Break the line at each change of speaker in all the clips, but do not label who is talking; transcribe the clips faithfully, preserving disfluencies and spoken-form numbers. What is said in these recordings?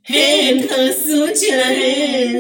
הן חסות שלהן.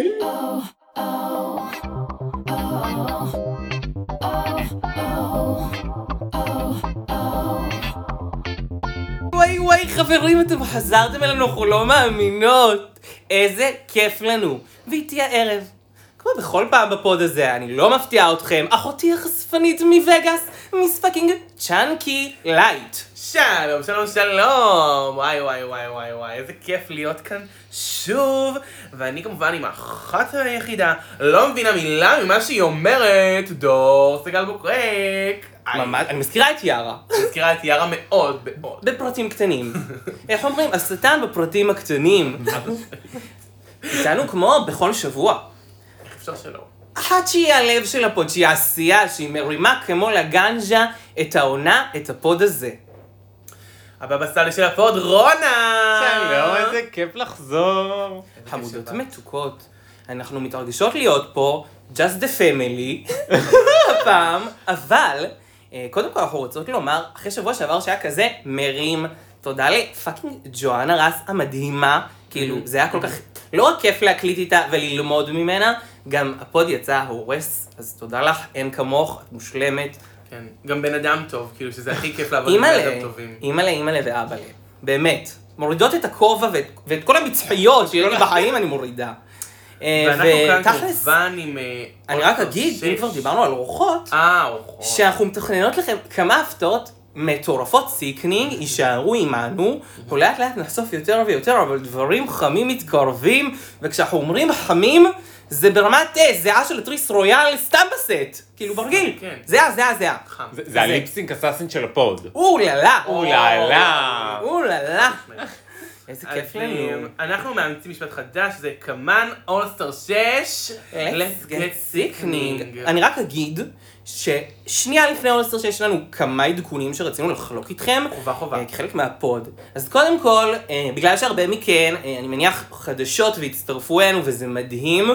וואי וואי חברים, אתם חזרתם אלינו, אנחנו לא מאמינות. איזה כיף לנו. ואיתי הערב, כמו בכל פעם בפוד הזה, אני לא מפתיעה אתכם, אחותי החשפנית מווגאס, מיס פאקינג צ'אנקי לייט.
שלום, שלום, שלום. וואי וואי וואי וואי וואי, איזה כיף להיות כאן שוב. ואני כמובן עם האחת היחידה, לא מבינה מילה ממה שהיא אומרת, דור סגל בוקרק.
ממש, אני מזכירה את יארה.
אני מזכירה את יארה מאוד מאוד.
בפרטים קטנים. איך אומרים? השטן בפרטים הקטנים. איתנו כמו בכל שבוע.
איך אפשר שלא?
אחת שהיא הלב של הפוד, שהיא העשייה, שהיא מרימה כמו לגנג'ה את העונה, את הפוד הזה.
הבבא סאלי של הפוד, רונה!
שלום, איזה כיף לחזור.
חמודות מתוקות. אנחנו מתרגשות להיות פה, just the family, הפעם, אבל, קודם כל אנחנו רוצות לומר, אחרי שבוע שעבר שהיה כזה מרים, תודה לפאקינג ג'ואנה רס המדהימה, כאילו זה היה כל כך, לא רק כיף להקליט איתה וללמוד ממנה, גם הפוד יצא הורס, אז תודה לך, אין כמוך, את מושלמת.
כן, גם בן אדם טוב, כאילו שזה הכי כיף לעבוד עם בן אדם טובים.
אימאלה, אימאלה ואבאלה, באמת. מורידות את הכובע ואת, ואת כל המצחיות שיש לי בחיים אני מורידה.
ואנחנו כאן כמובן עם...
אני רק אגיד, אם כבר דיברנו על אורחות,
אה, אורחות.
שאנחנו מתכננות לכם כמה הפתעות מטורפות סיקנינג, יישארו עימנו, אנחנו לאט לאט נחשוף יותר ויותר, אבל דברים חמים מתקרבים, וכשאנחנו אומרים חמים, זה ברמת זהה של הטריס רויאל סתם בסט, כאילו ברגיל, זהה, זהה, זהה.
זה הליפסינק אסאסין של הפוד.
אוללה,
אוללה.
אוללה. איזה כיף לנו.
אנחנו מאמצים משפט חדש, זה כמן אולסטר שש.
Let's get sickening. אני רק אגיד ששנייה לפני אולסטר שש יש לנו כמה עדכונים שרצינו לחלוק איתכם.
חובה חובה.
כחלק מהפוד. אז קודם כל, בגלל שהרבה מכן, אני מניח חדשות והצטרפו אלינו וזה מדהים,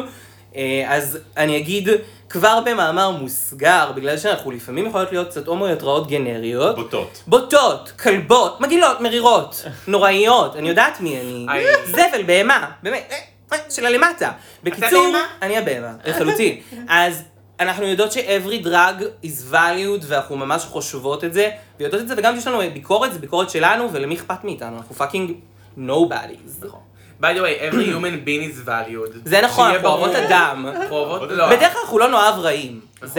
אז אני אגיד כבר במאמר מוסגר, בגלל שאנחנו לפעמים יכולות להיות קצת הומואיות רעות גנריות.
בוטות.
בוטות, כלבות, מגעילות, מרירות, נוראיות, אני יודעת מי אני. זבל, בהמה, באמת, שלה למטה. בקיצור, אני הבהמה, לחלוטין. אז אנחנו יודעות ש-every drug is valued, ואנחנו ממש חושבות את זה, ויודעות את זה, וגם יש לנו ביקורת, זה ביקורת שלנו, ולמי אכפת מאיתנו, אנחנו fucking nobodies.
by the way, every human being is valued.
זה נכון, אנחנו אוהבות אדם.
לא.
בדרך כלל אנחנו לא נאהב רעים.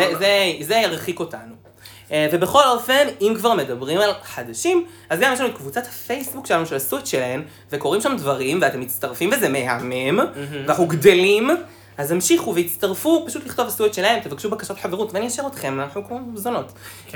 זה ירחיק אותנו. ובכל אופן, אם כבר מדברים על חדשים, אז גם יש לנו את קבוצת הפייסבוק שלנו של הסוט שלהן, וקוראים שם דברים, ואתם מצטרפים וזה מהמם, ואנחנו גדלים, אז המשיכו והצטרפו, פשוט לכתוב הסוט שלהם, תבקשו בקשות חברות, ואני אשאר אתכם, אנחנו כמו זונות.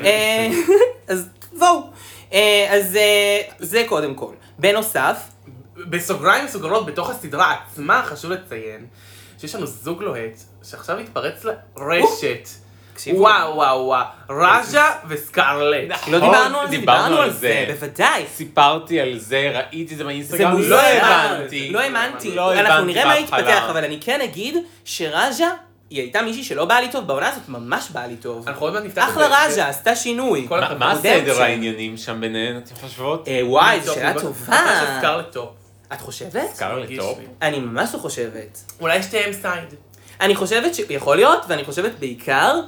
אז בואו. אז זה קודם כל. בנוסף,
בסוגריים מסוגרות בתוך הסדרה עצמה חשוב לציין שיש לנו זוג לוהט שעכשיו התפרץ לרשת. וואו וואו וואו, ראז'ה וסקרלט.
לא דיברנו על זה, דיברנו על זה, בוודאי.
סיפרתי על זה, ראיתי את זה באינסטגרם,
לא הבנתי. לא האמנתי. אנחנו נראה מה יתפתח, אבל אני כן אגיד שראז'ה היא הייתה מישהי שלא באה לי טוב, בעונה הזאת ממש באה לי טוב.
אנחנו עוד מעט נפתח את זה.
אחלה ראז'ה, עשתה שינוי.
מה הסדר העניינים שם ביניהן, אתם חושבות?
וואי, זו שאלה טובה.
סקרלט טופ.
את חושבת?
סקרלט טופ?
אני ממש לא חושבת.
אולי שתיהם סייד.
אני חושבת שיכול להיות, ואני חושבת בעיקר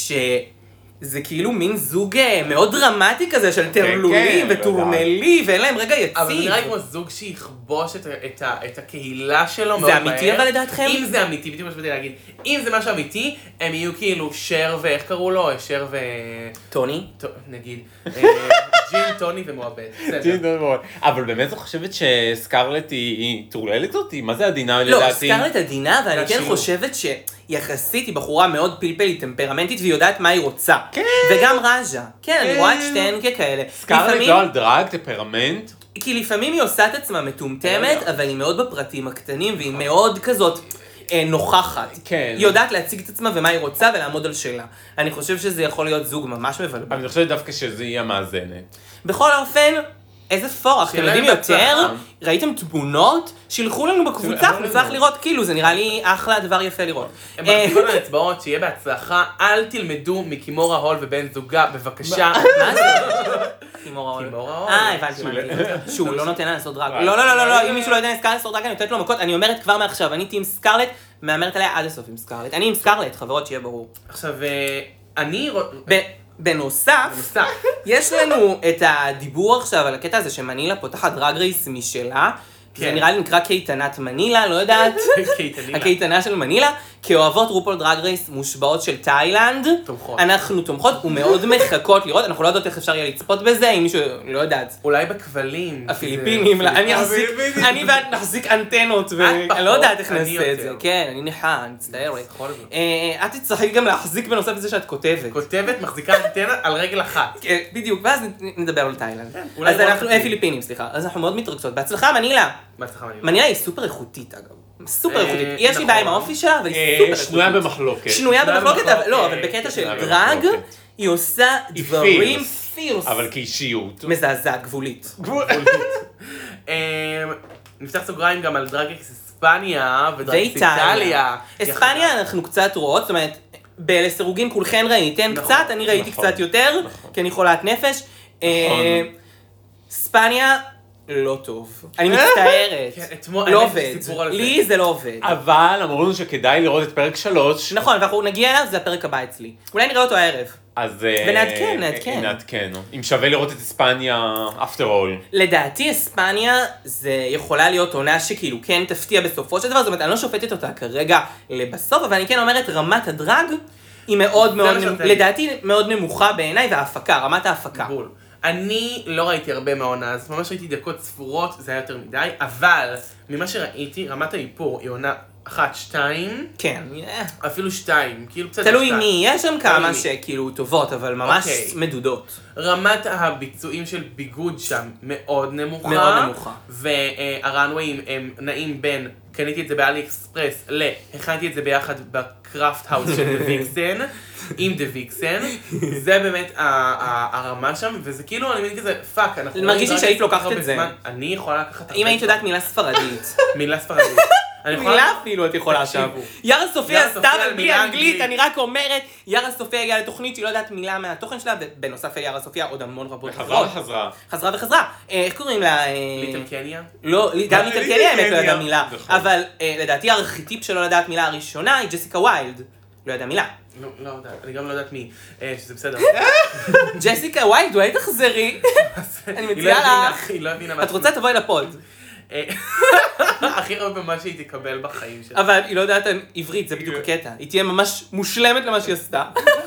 שזה כאילו מין זוג מאוד דרמטי כזה של טרלולים וטורנלי, ואין להם רגע יציב.
אבל זה נראה כמו זוג שיכבוש את הקהילה שלו.
זה אמיתי אבל לדעתכם?
אם זה אמיתי, בדיוק מה שבאתי להגיד, אם זה משהו אמיתי, הם יהיו כאילו שר ואיך קראו לו? שר ו...
טוני?
נגיד. ג'ין, טוני ומועבד.
ג'ין, טוני ומועבד. אבל באמת אני חושבת שסקרלט היא טורללת אותי? מה זה עדינה
לדעתי? לא, סקרלט עדינה, ואני כן חושבת שיחסית היא בחורה מאוד פלפלית, טמפרמנטית, והיא יודעת מה היא רוצה.
כן.
וגם ראז'ה. כן, אני רואה את שתיהן ככאלה.
סקרלט לא על דרג, טמפרמנט?
כי לפעמים היא עושה את עצמה מטומטמת, אבל היא מאוד בפרטים הקטנים, והיא מאוד כזאת נוכחת.
כן.
היא יודעת להציג את עצמה ומה היא רוצה ולעמוד על שלה. אני חושב שזה יכול להיות זוג ממש מבלבל.
אני חושב דווקא שזה יהיה מאזנת.
בכל אופן, איזה פורח, אתם יודעים יותר? ראיתם תמונות? שילחו לנו בקבוצה, נצטרך לראות, כאילו, זה נראה לי אחלה דבר יפה לראות.
הם מחזיקות על אצבעות, שיהיה בהצלחה, אל תלמדו מקימורה הול ובן זוגה, בבקשה.
מה זה? קימורה הול.
קימורה הול.
אה, הבנתי, הבנתי. שהוא לא נותן לה לעשות דרג. לא, לא, לא, לא, אם מישהו לא יודע סקרלט לעשות דרג, אני נותנת לו מכות, אני אומרת כבר מעכשיו, אני טים סקרלט, מאמרת עליה עד הסוף עם סקרלט. אני עם סקרלט, חברות, שיהיה ברור.
עכשיו, אני...
בנוסף, יש לנו את הדיבור עכשיו על הקטע הזה שמנילה פותחת דרג רייס משלה, זה נראה לי נקרא קייטנת מנילה, לא יודעת, הקייטנה של מנילה, כאוהבות רופול דרג רייס מושבעות של תאילנד, אנחנו תומכות ומאוד מחכות לראות, אנחנו לא יודעות איך אפשר יהיה לצפות בזה, אם מישהו לא יודעת.
אולי בכבלים.
הפיליפינים, אני ואת נחזיק אנטנות, ואני לא יודעת איך נעשה את זה, כן, אני נחה, אני מצטערת. את תצטרכי גם להחזיק בנוסף לזה שאת כותבת.
כותבת, מחזיקה אנטנה על רגל אחת.
בדיוק, ואז נדבר על תאילנד. אז אנחנו, פיליפינים, סליחה, אז אנחנו מאוד מתרגשות. בהצלחה, מנילה. מנילה היא סופר איכותית, אגב. סופר איכותית. יש לי בעיה עם האופי שלה, אבל היא סופר איכותית.
שנויה במחלוקת.
שנויה במחלוקת, לא, אבל בקטע של דרג, היא עושה דברים פירס.
אבל כאישיות.
מזעזעת, גבולית.
נפתח סוגריים גם על דרג אספניה ודרג איטליה.
אספניה אנחנו קצת רואות, זאת אומרת, בלסירוגין כולכן ראיתם קצת, אני ראיתי קצת יותר, כי אני חולת נפש. אספניה לא טוב. אני מצטערת. לא עובד. לי זה לא עובד.
אבל אמרו לנו שכדאי לראות את פרק שלוש.
נכון, ואנחנו נגיע אליו, זה הפרק הבא אצלי. אולי נראה אותו הערב.
אז...
ונעדכן, נעדכן.
נעדכן. אם שווה לראות את אספניה, after all.
לדעתי, אספניה זה יכולה להיות עונה שכאילו כן תפתיע בסופו של דבר, זאת אומרת, אני לא שופטת אותה כרגע לבסוף, אבל אני כן אומרת, רמת הדרג היא מאוד מאוד, לדעתי מאוד נמוכה בעיניי, וההפקה, רמת ההפקה.
אני לא ראיתי הרבה מהעונה, אז ממש ראיתי דקות ספורות, זה היה יותר מדי, אבל ממה שראיתי, רמת האיפור היא עונה אחת, שתיים.
כן.
אפילו שתיים, כאילו קצת...
תלוי מי, יש שם כמה שכאילו טובות, אבל ממש מדודות.
רמת הביצועים של ביגוד שם מאוד נמוכה.
מאוד נמוכה.
והרנוויים הם נעים בין, קניתי את זה באלי אקספרס, להכנתי את זה ביחד בקראפט האוס של דה ויקסן, עם דה ויקסן. זה באמת הרמה שם, וזה כאילו, אני מבין כזה, פאק, אנחנו...
מרגיש לי שהיית לוקחת את זה.
אני יכולה לקחת...
אם היית יודעת מילה ספרדית.
מילה ספרדית.
מילה אפילו את יכולה שם. יארה סופיה סתם בלי אנגלית, אני רק אומרת, יארה סופיה הגיעה לתוכנית שהיא לא יודעת מילה מהתוכן שלה, ובנוסף ליארה סופיה עוד המון רבות.
חזרה וחזרה.
חזרה וחזרה. איך קוראים לה?
ליטל קניה?
לא, גם ליטל קניה האמת לא ידעה מילה. אבל לדעתי הארכיטיפ שלא לדעת מילה הראשונה היא ג'סיקה ויילד. לא ידעה מילה.
לא, לא יודעת, אני גם לא יודעת מי, שזה בסדר.
ג'סיקה ויילד, אולי תחזרי. אני מציעה לך.
היא לא הבינה.
את רוצה תבואי לפוד.
הכי הרבה במה שהיא תקבל בחיים שלה.
אבל היא לא יודעת עברית, זה בדיוק הקטע. היא תהיה ממש מושלמת למה שהיא עשתה.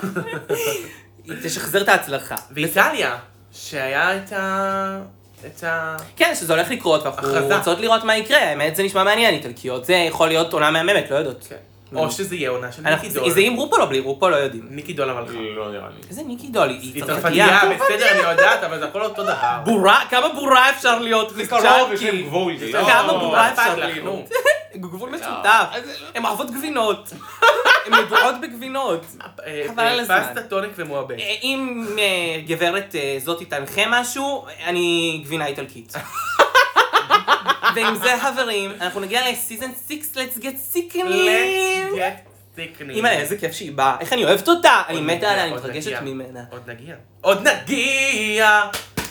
היא תשחזר את ההצלחה.
ואיטליה, שהיה את ה... את ה...
כן, שזה הולך לקרות, ואנחנו רוצות לראות מה יקרה. האמת, זה נשמע מעניין, איטלקיות. זה יכול להיות עונה מהממת, לא יודעות.
או שזה יהיה עונה של ניקי דול.
זה עם רופול או בלי? רופול לא יודעים.
ניקי דול המלכה.
לא נראה לי.
איזה ניקי דול?
היא צרפתייה, בסדר, אני יודעת, אבל זה הכל אותו דבר.
בורה? כמה בורה אפשר להיות?
זה קרוב, יש להם גבול.
כמה בורה אפשר להיות? גבול משותף. הם אוהבות גבינות. הם ידועות בגבינות. חבל על הזמן.
פסטה, טוניק ומועבה.
אם גברת זאת תנחה משהו, אני גבינה איטלקית. ועם זה חברים, אנחנו נגיע לסיזן שש, let's get sickening.
let's get sickening.
אימא, איזה כיף שהיא באה, איך אני אוהבת אותה, אני מתה עליה, אני מתרגשת ממנה.
עוד נגיע. עוד נגיע!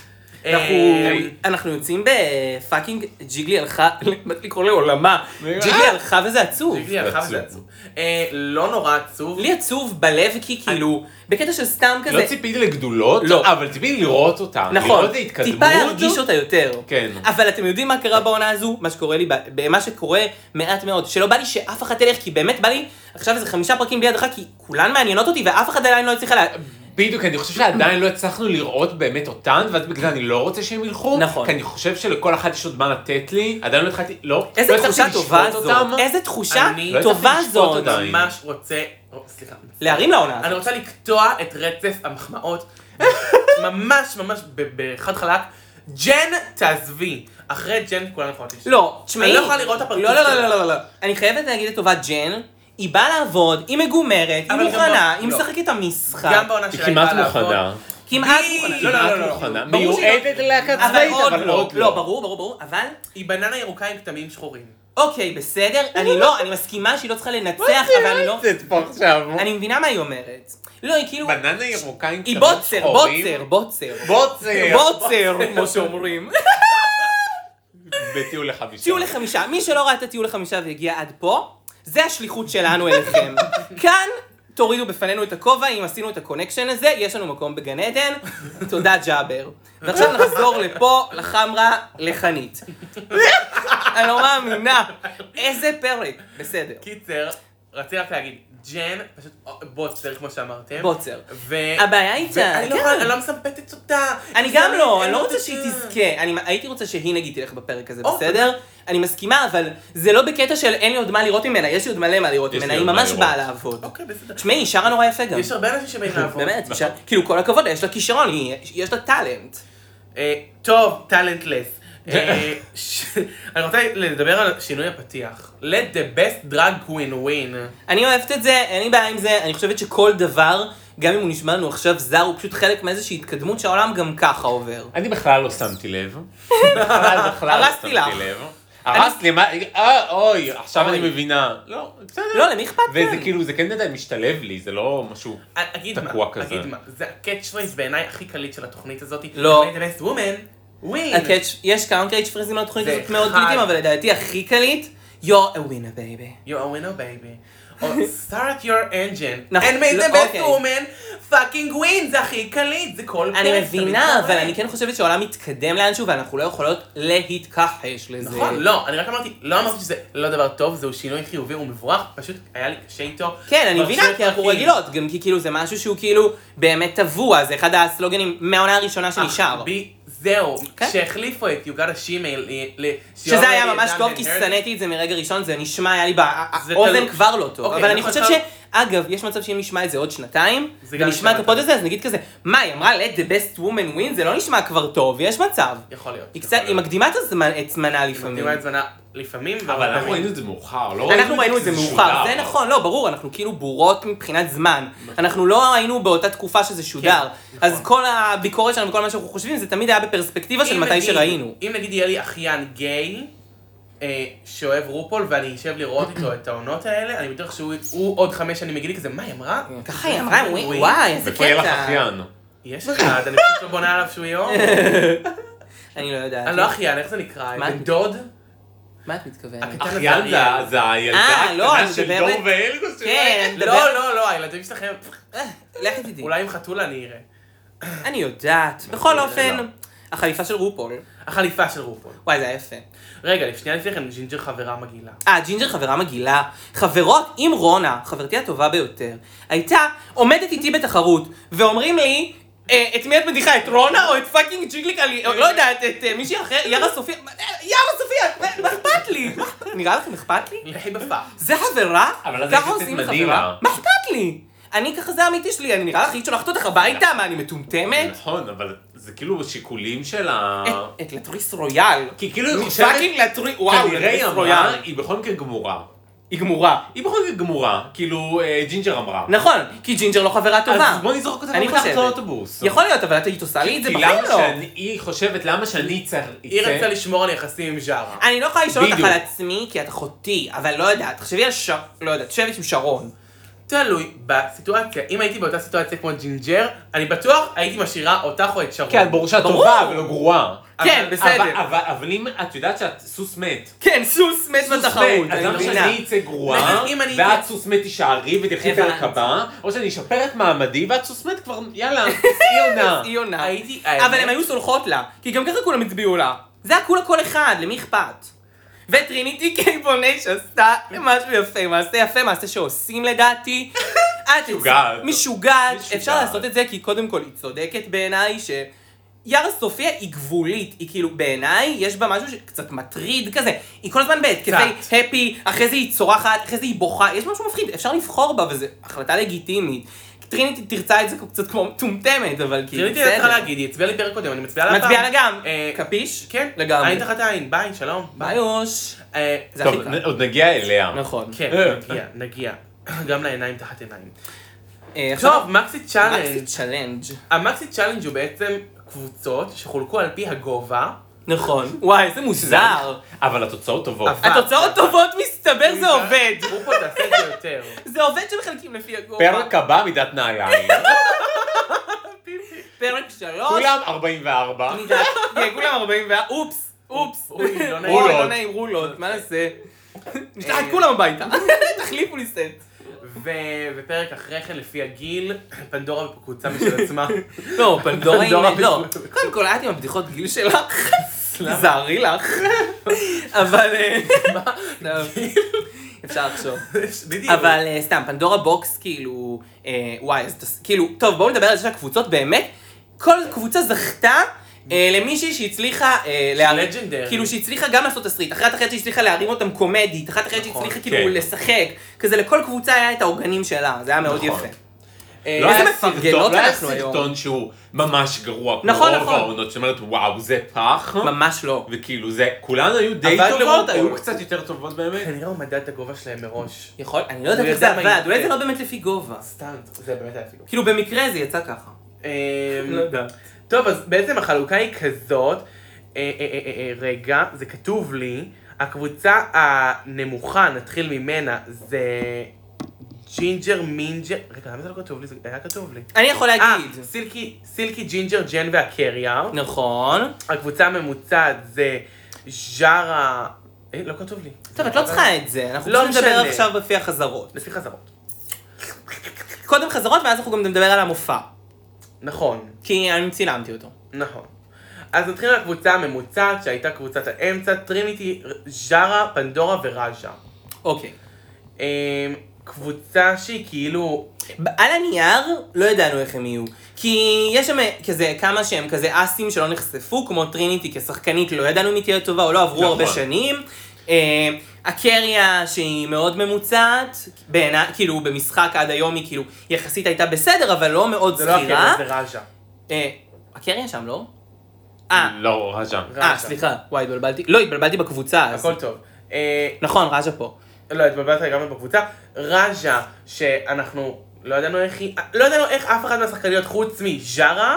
אנחנו יוצאים בפאקינג ג'יגלי הלכה, באתי לקרוא לעולמה, ג'יגלי הלכה וזה עצוב.
ג'יגלי הלכה וזה עצוב. לא נורא עצוב.
לי עצוב בלב כי כאילו, בקטע של סתם כזה.
לא ציפיתי לגדולות, אבל ציפיתי לראות אותה.
נכון, טיפה להרגיש אותה יותר.
כן.
אבל אתם יודעים מה קרה בעונה הזו? מה שקורה לי, מה שקורה מעט מאוד, שלא בא לי שאף אחד תלך, כי באמת בא לי עכשיו איזה חמישה פרקים בידך, כי כולן מעניינות אותי ואף אחד עדיין לא הצליחה לה...
בדיוק, אני חושב שעדיין לא הצלחנו לראות באמת אותן, ואז בגלל אני לא רוצה שהם ילכו,
נכון.
כי אני חושב שלכל אחד יש עוד מה לתת לי, עדיין לא התחלתי, לא,
איזה תחושה טובה זו, איזה תחושה טובה זו,
אני ממש רוצה, סליחה,
להרים לעונה,
אני רוצה לקטוע את רצף המחמאות, ממש ממש בחד חלק, ג'ן תעזבי, אחרי ג'ן כולנו יכולות לשאול.
לא, תשמעי,
אני לא יכולה לראות את הפרצוף
שלה. לא, לא, לא, לא, לא, אני חייבת להגיד לטובת ג'ן, היא באה לעבוד, היא מגומרת, היא מוכנה, היא משחקת את המשחק.
גם בעונה שלה
היא כמעט מוכנה.
כמעט מוכנה.
לא, לא, לא, לא.
מוכנה.
ברור שהיא
מיועדת ללהקה
אבל
צבאית,
עוד
אבל
לא.
עוד
לא,
לא.
ברור, ברור, ברור, אבל...
היא בננה ירוקה עם כתמים שחורים.
אוקיי, בסדר, אני לא, אני מסכימה שהיא לא צריכה לנצח, אבל אני לא...
זה פה עכשיו.
אני מבינה מה היא אומרת. לא, היא כאילו...
בננה ירוקה עם
היא
כתמים
בוצר,
שחורים.
בוצר, בוצר.
בוצר.
בוצר, כמו שאומרים.
בטיול לחמישה.
טיול לחמישה. מי שלא ראה את הטיול לחמישה והגיע עד פה, זה השליחות שלנו אליכם. כאן תורידו בפנינו את הכובע, אם עשינו את הקונקשן הזה, יש לנו מקום בגן עדן. תודה ג'אבר. ועכשיו נחזור לפה, לחמרה, לחנית. אני לא מאמינה. איזה פרק. בסדר.
קיצר, רציתי רק להגיד, ג'ן, פשוט בוצר כמו שאמרתם.
בוצר.
ו...
הבעיה איתה,
ואני לא
כן.
יכולה- אני לא מסמפתת אותה.
אני גם לא,
אין
אני לא
לו
רוצה
את
שהיא
זה.
תזכה. אני הייתי רוצה שהיא נגיד תלך בפרק הזה,
או,
בסדר? אני מסכימה, אבל זה לא בקטע של אין לי עוד מה לראות ממנה, יש לי עוד מלא מה לראות
יש
ממנה,
לי
היא
עוד מה
ממש
לראות.
באה לעבוד.
אוקיי, בסדר.
תשמעי, היא שרה נורא יפה גם.
יש הרבה אנשים שבאים לעבוד.
באמת, היא שרה- כאילו כל הכבוד, יש לה כישרון, היא- יש לה טאלנט.
אה, טוב, טאלנטלס. אה, ש- אני רוצה לדבר על שינוי הפתיח. Let the best drag queen win.
אני אוהבת את זה, אין לי בעיה עם זה, אני חושבת שכל דבר, גם אם הוא נשמע לנו עכשיו זר, הוא פשוט חלק מאיזושהי התקדמות שהעולם גם ככה עובר.
אני בכלל לא שמתי לב. בכלל, בכלל לא
הרסתי
שמתי
לך.
לב. הרסת לי, מה? אה, אוי, עכשיו
אוי.
אני מבינה. לא, בסדר.
לא, למי אכפת?
וזה
כן.
כאילו, זה כן עדיין משתלב לי, זה לא משהו
אגיד מה,
תקוע כזה.
אגיד מה, זה הקאץ' פרייז בעיניי הכי קליט של התוכנית הזאת.
לא.
Let the best woman win.
הקאץ', יש כמה קאץ' פרזים לתוכנית
זה
הזאת מאוד
אחד.
קליטים, אבל לדעתי הכי קליט, you're a winner baby.
You're a winner baby. או start your engine.
נכון,
And make
לא,
the best
אוקיי.
woman fucking win. זה הכי קליט, זה כל פרק.
אני
תמיד
מבינה,
קורה.
אבל אני כן חושבת שהעולם מתקדם לאנשהו ואנחנו לא יכולות להתכחש לזה.
נכון, לא, אני רק אמרתי, לא אמרתי שזה לא דבר טוב, זהו שינוי חיובי ומבורך, פשוט היה לי קשה איתו.
כן, אני
כבר
מבינה,
שני
כי אנחנו
פרקים.
רגילות, גם כי כאילו זה משהו שהוא כאילו באמת טבוע, זה אחד הסלוגנים מהעונה הראשונה שנשאר.
בי, זהו,
כן.
כשהחליפו את You got a Shemale,
שזה היה ממש טוב, כי שנאתי את זה מרגע ראשון, זה נשמע, היה לי
זה
באוזן
תלוי.
כבר לא טוב.
אוקיי,
אבל אני
נכון,
חושבת
נכון.
ש... אגב, יש מצב שאם נשמע את זה עוד שנתיים,
זה גם
ונשמע את
נשמע
הפוד
טוב.
הזה, אז נגיד כזה, מה, היא אמרה let the best woman win, זה לא נשמע כבר טוב, יש מצב.
יכול להיות.
היא קצת, היא מקדימה את הזמן- את זמנה לפעמים.
מקדימה את זמנה לפעמים,
אבל אנחנו
לפעמים.
ראינו את זה מאוחר, לא
אנחנו ראינו את זה מאוחר, זה
שודר.
נכון, לא, ברור, אנחנו כאילו בורות מבחינת זמן. אנחנו לא היינו באותה תקופה שזה שודר. אז
נכון.
כל הביקורת שלנו וכל מה שאנחנו חושבים, זה תמיד היה בפרספקטיבה של
אם
מתי
נגיד-
שראינו.
אם נגיד יהיה לי אחיין גיי, אה, שאוהב רופול, ואני אשב לראות איתו את העונות האלה, אני בטוח שהוא הוא עוד חמש שנים יגיד לי כזה, מה היא אמרה?
ככה היא אמרה, וואי, וואי, איזה
איפה יהיה לך
קטע.
אחיין?
יש אחד, אני פשוט לא בונה עליו שהוא יום.
אני לא יודעת.
אני לא אחיין, איך זה נקרא?
מה?
בן דוד?
מה את מתכוונת?
הקטן הזה
אחיין זה-
אריאל.
זה הילדה
אה, לא,
הקטנה
אני
של
מדברת-
דור ואלגוס.
כן,
לא,
דבר-
לא, לא, הילדים שלכם,
אה, לכי תדעי.
אולי עם חתולה אני אראה.
אני יודעת. בכל
לא.
אופן, החליפה של רופול.
החליפה של רופול.
וואי, זה היה יפה.
רגע, שנייה לפני כן, ג'ינג'ר חברה מגעילה.
אה, ג'ינג'ר חברה מגעילה. חברות עם רונה, חברתי הטובה ביותר, הייתה עומדת איתי בתחרות, ואומרים לי, אה, את מי את מדיחה? את רונה או את פאקינג ג'יגליק? אני לא יודעת, את אה, מישהי אחרת, יארה סופיה? אה, יארה סופיה, מה- מה אכפת לי? מה- נראה לכם אכפת לי?
לכי בפח.
זה חברה?
אבל אז
ככה
היית
עושים
יוצאת
לחברה?
מדינה.
מה אכפת לי? אני ככה זה האמיתי שלי, אני נראה לך היית שולחת אותך הביתה? מה, אני מטומטמת?
נכון, אבל זה כאילו שיקולים של ה...
את- את לטריס רויאל.
כי כאילו היא חושבת,
פאקינג לטריס, וואו,
כנראה היא
לטריס
אמרה,
רויאל.
היא בכל מקרה גמורה.
היא גמורה.
היא בכל מקרה גמורה, כאילו אה, ג'ינג'ר אמרה.
נכון, כי ג'ינג'ר לא חברה טובה.
אז בוא נזרוק אותה
אני
מתחת
חושבת.
לאוטובוס.
יכול להיות, אבל את היית עושה לי את זה
כי
בחיים
למה
לא.
שאני, היא חושבת למה שאני צריך...
היא רצתה לשמור על יחסים עם ז'ארה.
אני לא יכולה לשאול אותך
בדיוק.
על עצמי, כי את אחותי, אבל לא יודעת, תחשבי על ש... לא יודעת, תשבי עם שרון.
תלוי בסיטואציה. אם הייתי באותה סיטואציה כמו ג'ינג'ר, אני בטוח הייתי משאירה אותך או את שרון.
כן, ברור שאת
ברור.
טובה ולא גרועה.
כן,
אבל-
בסדר.
אבל- אבל אבל אם את יודעת שאת סוס מת.
כן, סוס מת
סוס
בתחרות,
מת, אז
אני
למה
מבינה.
שאני אצא גרועה,
נגיד, אם אני
ואת
הייתי-
סוס מת תישארי ותלכי
הבנתי.
פרק הבא, או שאני אשפר את מעמדי ואת סוס מת כבר, יאללה, היא עונה.
היא עונה.
הייתי-
אבל
האמת-
הם היו סולחות לה, כי גם ככה כולם הצביעו לה. זה היה כולה כל אחד, למי אכפת? וטריניטי קייבוני שעשתה משהו יפה, מעשה יפה, מעשה שעושים לדעתי. את
משוגעת.
משוגעת. אפשר
משוגעת.
לעשות את זה כי קודם כל היא צודקת בעיניי ש... יארה סופיה היא גבולית, היא כאילו בעיניי יש בה משהו שקצת מטריד כזה, היא כל הזמן בהתקפי
קצת.
הפי, אחרי זה היא צורחת, אחרי זה היא בוכה, יש משהו מפחיד, אפשר לבחור בה וזו החלטה לגיטימית. טריניטי תרצה את זה קצת כמו מטומטמת, אבל כאילו
תראיתי צריכה להגיד, היא הצביעה לי פרק קודם, אני מצביעה לה פעם.
מצביעה לה גם,
אה,
קפיש?
כן,
לגמרי.
אני תחת העין, ביי, שלום.
ביוש.
אה,
זה הכי
טוב,
קל.
עוד נגיע אליה.
נכון.
כן,
אה.
נגיע, נגיע. גם לעיניים תחת עיניים. טוב, מקסי
מקסי
צ'אלנג'.
צ'אלנג'.
המקסי צ'אלנג' הוא בעצם קבוצות שחולקו על פי הגובה.
נכון. וואי, איזה מוזר.
אבל התוצאות טובות.
אבל-
התוצאות טובות, מסתבר זה עובד.
הוא פה תעשה את זה יותר.
זה עובד שמחלקים לפי הגובה.
פרק הבא מידת נעליים.
פרק שלוש.
כולם ארבעים וארבע.
מידת- כן, כולם ארבעים וארבע. אופס, אופס.
אוי, לא נעים.
אוי, לא
רולות.
נעים, רולות, מה נעשה? נשלח את כולם הביתה. תחליפו לי סט.
ו- ופרק אחרי כן, לפי הגיל, פנדורה בקבוצה משל עצמה.
לא, פנדורה היא...
פנדורה
לא.
בדיוק.
קודם כל, הייתי עם הבדיחות גיל שלך. תיזהרי לך. אבל... אה, טוב, אפשר לחשוב.
בדיוק.
אבל אה, סתם, פנדורה בוקס כאילו... אה, וואי, אז תס- כאילו... טוב, בואו נדבר על זה שהקבוצות באמת... כל קבוצה זכתה אה, למישהי שהצליחה אה, להרים...
לג'נדרי.
כאילו שהצליחה גם לעשות תסריט, אחרת אחרת שהצליחה להרים אותם קומדית, אחרת אחרת
נכון,
שהצליחה כאילו
כן.
לשחק. כזה לכל קבוצה היה את העוגנים שלה, זה היה מאוד
נכון.
יפה.
אה,
לא היה
איזה
סרטון,
מפרגנות
לא היה
אנחנו היום.
סרטון שהוא ממש גרוע, כמו
נכון,
רוב
נכון.
העונות, זאת אומרת, וואו, זה פח.
ממש לא.
וכאילו זה, כולן היו די
אבל
טובות,
לרוב-
היו קצת יותר טובות באמת.
כנראה הוא מדד את הגובה שלהם מראש.
יכול, אני לא יודעת
הוא
איך זה
ידע מה
עבד, אולי
יפה.
זה לא באמת לפי גובה.
סתם, זה באמת היה אפילו.
כאילו במקרה זה יצא ככה.
אמ,
לא יודע.
טוב, אז בעצם החלוקה היא כזאת, אה, אה, אה, אה, רגע, זה כתוב לי, הקבוצה הנמוכה, נתחיל ממנה, זה ג'ינג'ר מינג'ר, רגע, למה זה לא כתוב לי? זה היה כתוב לי.
אני יכול
אה,
להגיד.
סילקי, סילקי, ג'ינג'ר, ג'ן והקריה.
נכון.
הקבוצה הממוצעת זה ז'ארה, אה, לא כתוב לי.
טוב, את לא צריכה את זה, אנחנו
לא
פשוט נדבר
משנה.
עכשיו לפי החזרות.
לפי חזרות.
קודם חזרות ואז אנחנו גם נדבר על המופע.
נכון.
כי אני צילמתי אותו.
נכון. אז נתחיל על הקבוצה הממוצעת שהייתה קבוצת האמצע, טריניטי, ז'ארה, פנדורה וראז'ה.
אוקיי.
אמ, קבוצה שהיא כאילו...
על הנייר לא ידענו איך הם יהיו. כי יש שם כזה כמה שהם כזה אסים שלא נחשפו, כמו טריניטי כשחקנית, לא ידענו אם היא תהיה טובה או לא, עברו
נכון.
הרבה שנים. אה, הקריה שהיא מאוד ממוצעת, בעיניי, כאילו במשחק עד היום היא כאילו יחסית הייתה בסדר, אבל לא מאוד
זה לא
זכירה.
הקריה, זה ראז'ה.
אה, הקריה שם, לא? אה,
לא, רג'ה.
אה, סליחה, וואי, התבלבלתי. לא, התבלבלתי בקבוצה. אז-
הכל טוב. אה,
נכון, ראז'ה פה.
לא, התבלבלת לגמרי בקבוצה. ראז'ה, שאנחנו לא ידענו איך היא... לא ידענו איך אף אחד מהשחקניות חוץ מז'ארה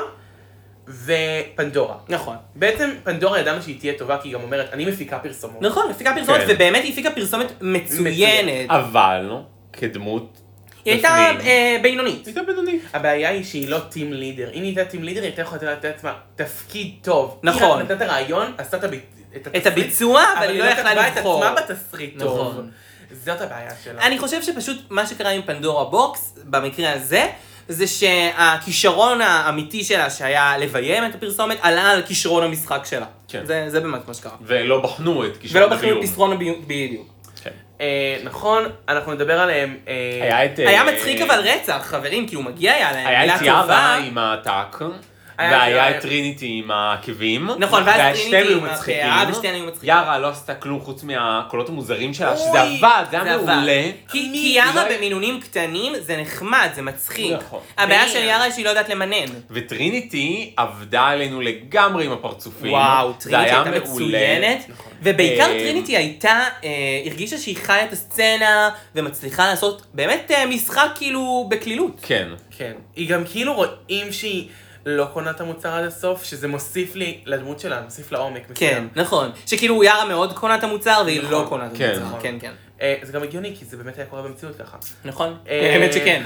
ופנדורה.
נכון.
בעצם פנדורה ידענו שהיא תהיה טובה, כי היא גם אומרת, אני מפיקה פרסומות.
נכון, הפיקה פרסומת,
כן.
ובאמת היא הפיקה פרסומת מצוינת.
אבל, כדמות...
היא הייתה
בפנים,
אה, בינונית.
הייתה בינונית.
הבעיה היא שהיא לא טים לידר. אם היא הייתה טים לידר, היא הייתה יכולה לתת לעצמה תפקיד טוב.
נכון.
היא רק נתת הרעיון, עשתה את הביצ- את
את הביצוע, אבל היא לא יכלה
כתבה
לבחור.
את עצמה בתסריט טוב.
נכון.
זאת הבעיה שלה.
אני חושב שפשוט מה שקרה עם פנדורה בוקס, במקרה הזה, זה שהכישרון האמיתי שלה, שהיה לביים את הפרסומת, עלה על כישרון המשחק שלה.
כן.
זה, זה באמת מה שקרה.
ולא בחנו את כישרון
ולא
הבילום.
בחרו פסרון הביום, בדיוק.
כן.
אה, נכון, אנחנו נדבר עליהם. אה,
היה את...
היה
אה,
מצחיק אבל רצח, חברים, כאילו מגיע היה להם
היה
מילה
את יארה
טובה.
עם הטאק,
היה את
והיה
יארה-
את טריניטי עם העקבים.
נכון, ואז
והשתיהם
טריניטי
היו
עם
מצחיקים.
הפאה, ושתיהן היו מצחיקים.
יארה לא עשתה כלום חוץ מהקולות המוזרים שלה, שזה
אוי,
עבד, זה
זה
היה
עבד.
מעולה.
כי
מי-
כי יארה
לא-
במינונים קטנים זה נחמד, זה מצחיק.
נכון.
הבעיה
מי-
של יארה היא שהיא לא יודעת למנן.
וטריניטי עבדה עלינו לגמרי עם הפרצופים.
וואו,
זה
טריניטי
היה
הייתה
מעולה.
מצוינת, ובעיקר
אה,
טריניטי הייתה, אה, הרגישה שהיא חיה את הסצנה, ומצליחה לעשות באמת אה, משחק כאילו בקלילות.
כן.
כן. היא גם כאילו רואים שהיא לא קונה את המוצר עד הסוף, שזה מוסיף לי לדמות שלה, מוסיף לעומק.
כן,
מסוים.
נכון. שכאילו יארה מאוד קונה את המוצר, והיא
נכון,
לא קונה את
כן.
המוצר.
נכון.
כן, כן.
אה, זה גם הגיוני, כי זה באמת היה קורה במציאות ככה.
נכון?
אה,
האמת שכן.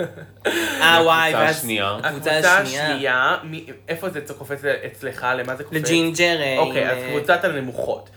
אה, וואי,
הקבוצה
ואז...
השנייה.
הקבוצה
הקבוצה
השנייה.
השנייה, מי- איפה זה קופץ אצלך? למה זה קופץ?
לג'ינג'ר. אה,
אוקיי,
עם,
אז
אה,
קבוצת הנמוכות.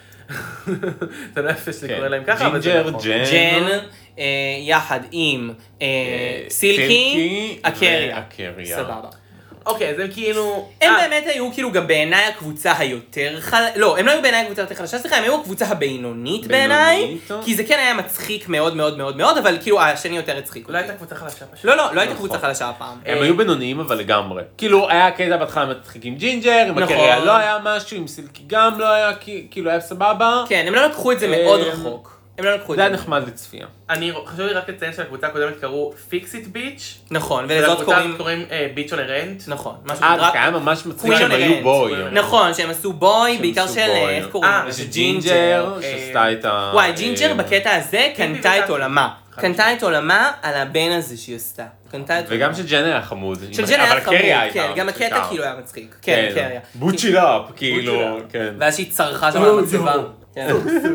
זה לא יפה שאני
כן.
קורא להם ככה, אבל זה
ג'ינג'ר,
נכון.
ג'ן,
ג'ן, אה, יחד עם אה,
אה,
סילקי, הקריה.
והקריה.
סבבה.
אוקיי, אז הם כאילו...
הם
אה,
באמת היו כאילו גם בעיניי הקבוצה היותר חלשה, לא, הם לא היו בעיניי הקבוצה היותר חלשה, סליחה, הם היו הקבוצה הבינונית בעיניי,
בינונית.
כי זה כן היה מצחיק מאוד מאוד מאוד מאוד, אבל כאילו השני יותר הצחיק
אולי
אותי.
הייתה קבוצה חלשה פשוט.
לא, לא, לא הייתה
נכון.
קבוצה חלשה הפעם.
הם היו בינוניים אבל לגמרי. כאילו היה קטע בהתחלה מצחיק עם ג'ינג'ר, עם
נכון.
הקריה לא היה משהו, עם סילקי גם לא היה, כי- כאילו היה סבבה.
כן, הם לא לקחו את זה מאוד
אה,
רחוק. הם לא לקחו את
זה
זה.
היה נחמד לצפייה.
אני חשוב לי רק לציין שהקבוצה הקודמת קראו פיקסיט ביץ',
נכון, ולזאת קוראים...
קוראים ביץ' און הרנט.
נכון, משהו
אה,
נקרא-
זה היה ממש מצחיק
Queen
שהם
on a
היו
Rent.
בוי.
נכון, שהם עשו בוי,
שהם
בעיקר
עשו
של,
בוי.
איך קוראים
אה,
לזה?
יש ג'ינג'ר,
אה,
שעשתה את ה...
וואי, ג'ינג'ר
אה,
בקטע הזה קנתה את עולמה. קנתה את עולמה על הבן הזה שהיא עשתה. קנתה את
וגם של ג'ן היה חמוד.
של ג'ן היה חמוד, כן, גם
מצחיקה.
הקטע כאילו היה מצחיק. כן, כן, היה.
בוצ'ילאפ, כאילו, כן.
ואז שהיא צרחה שם על המצבה. כן.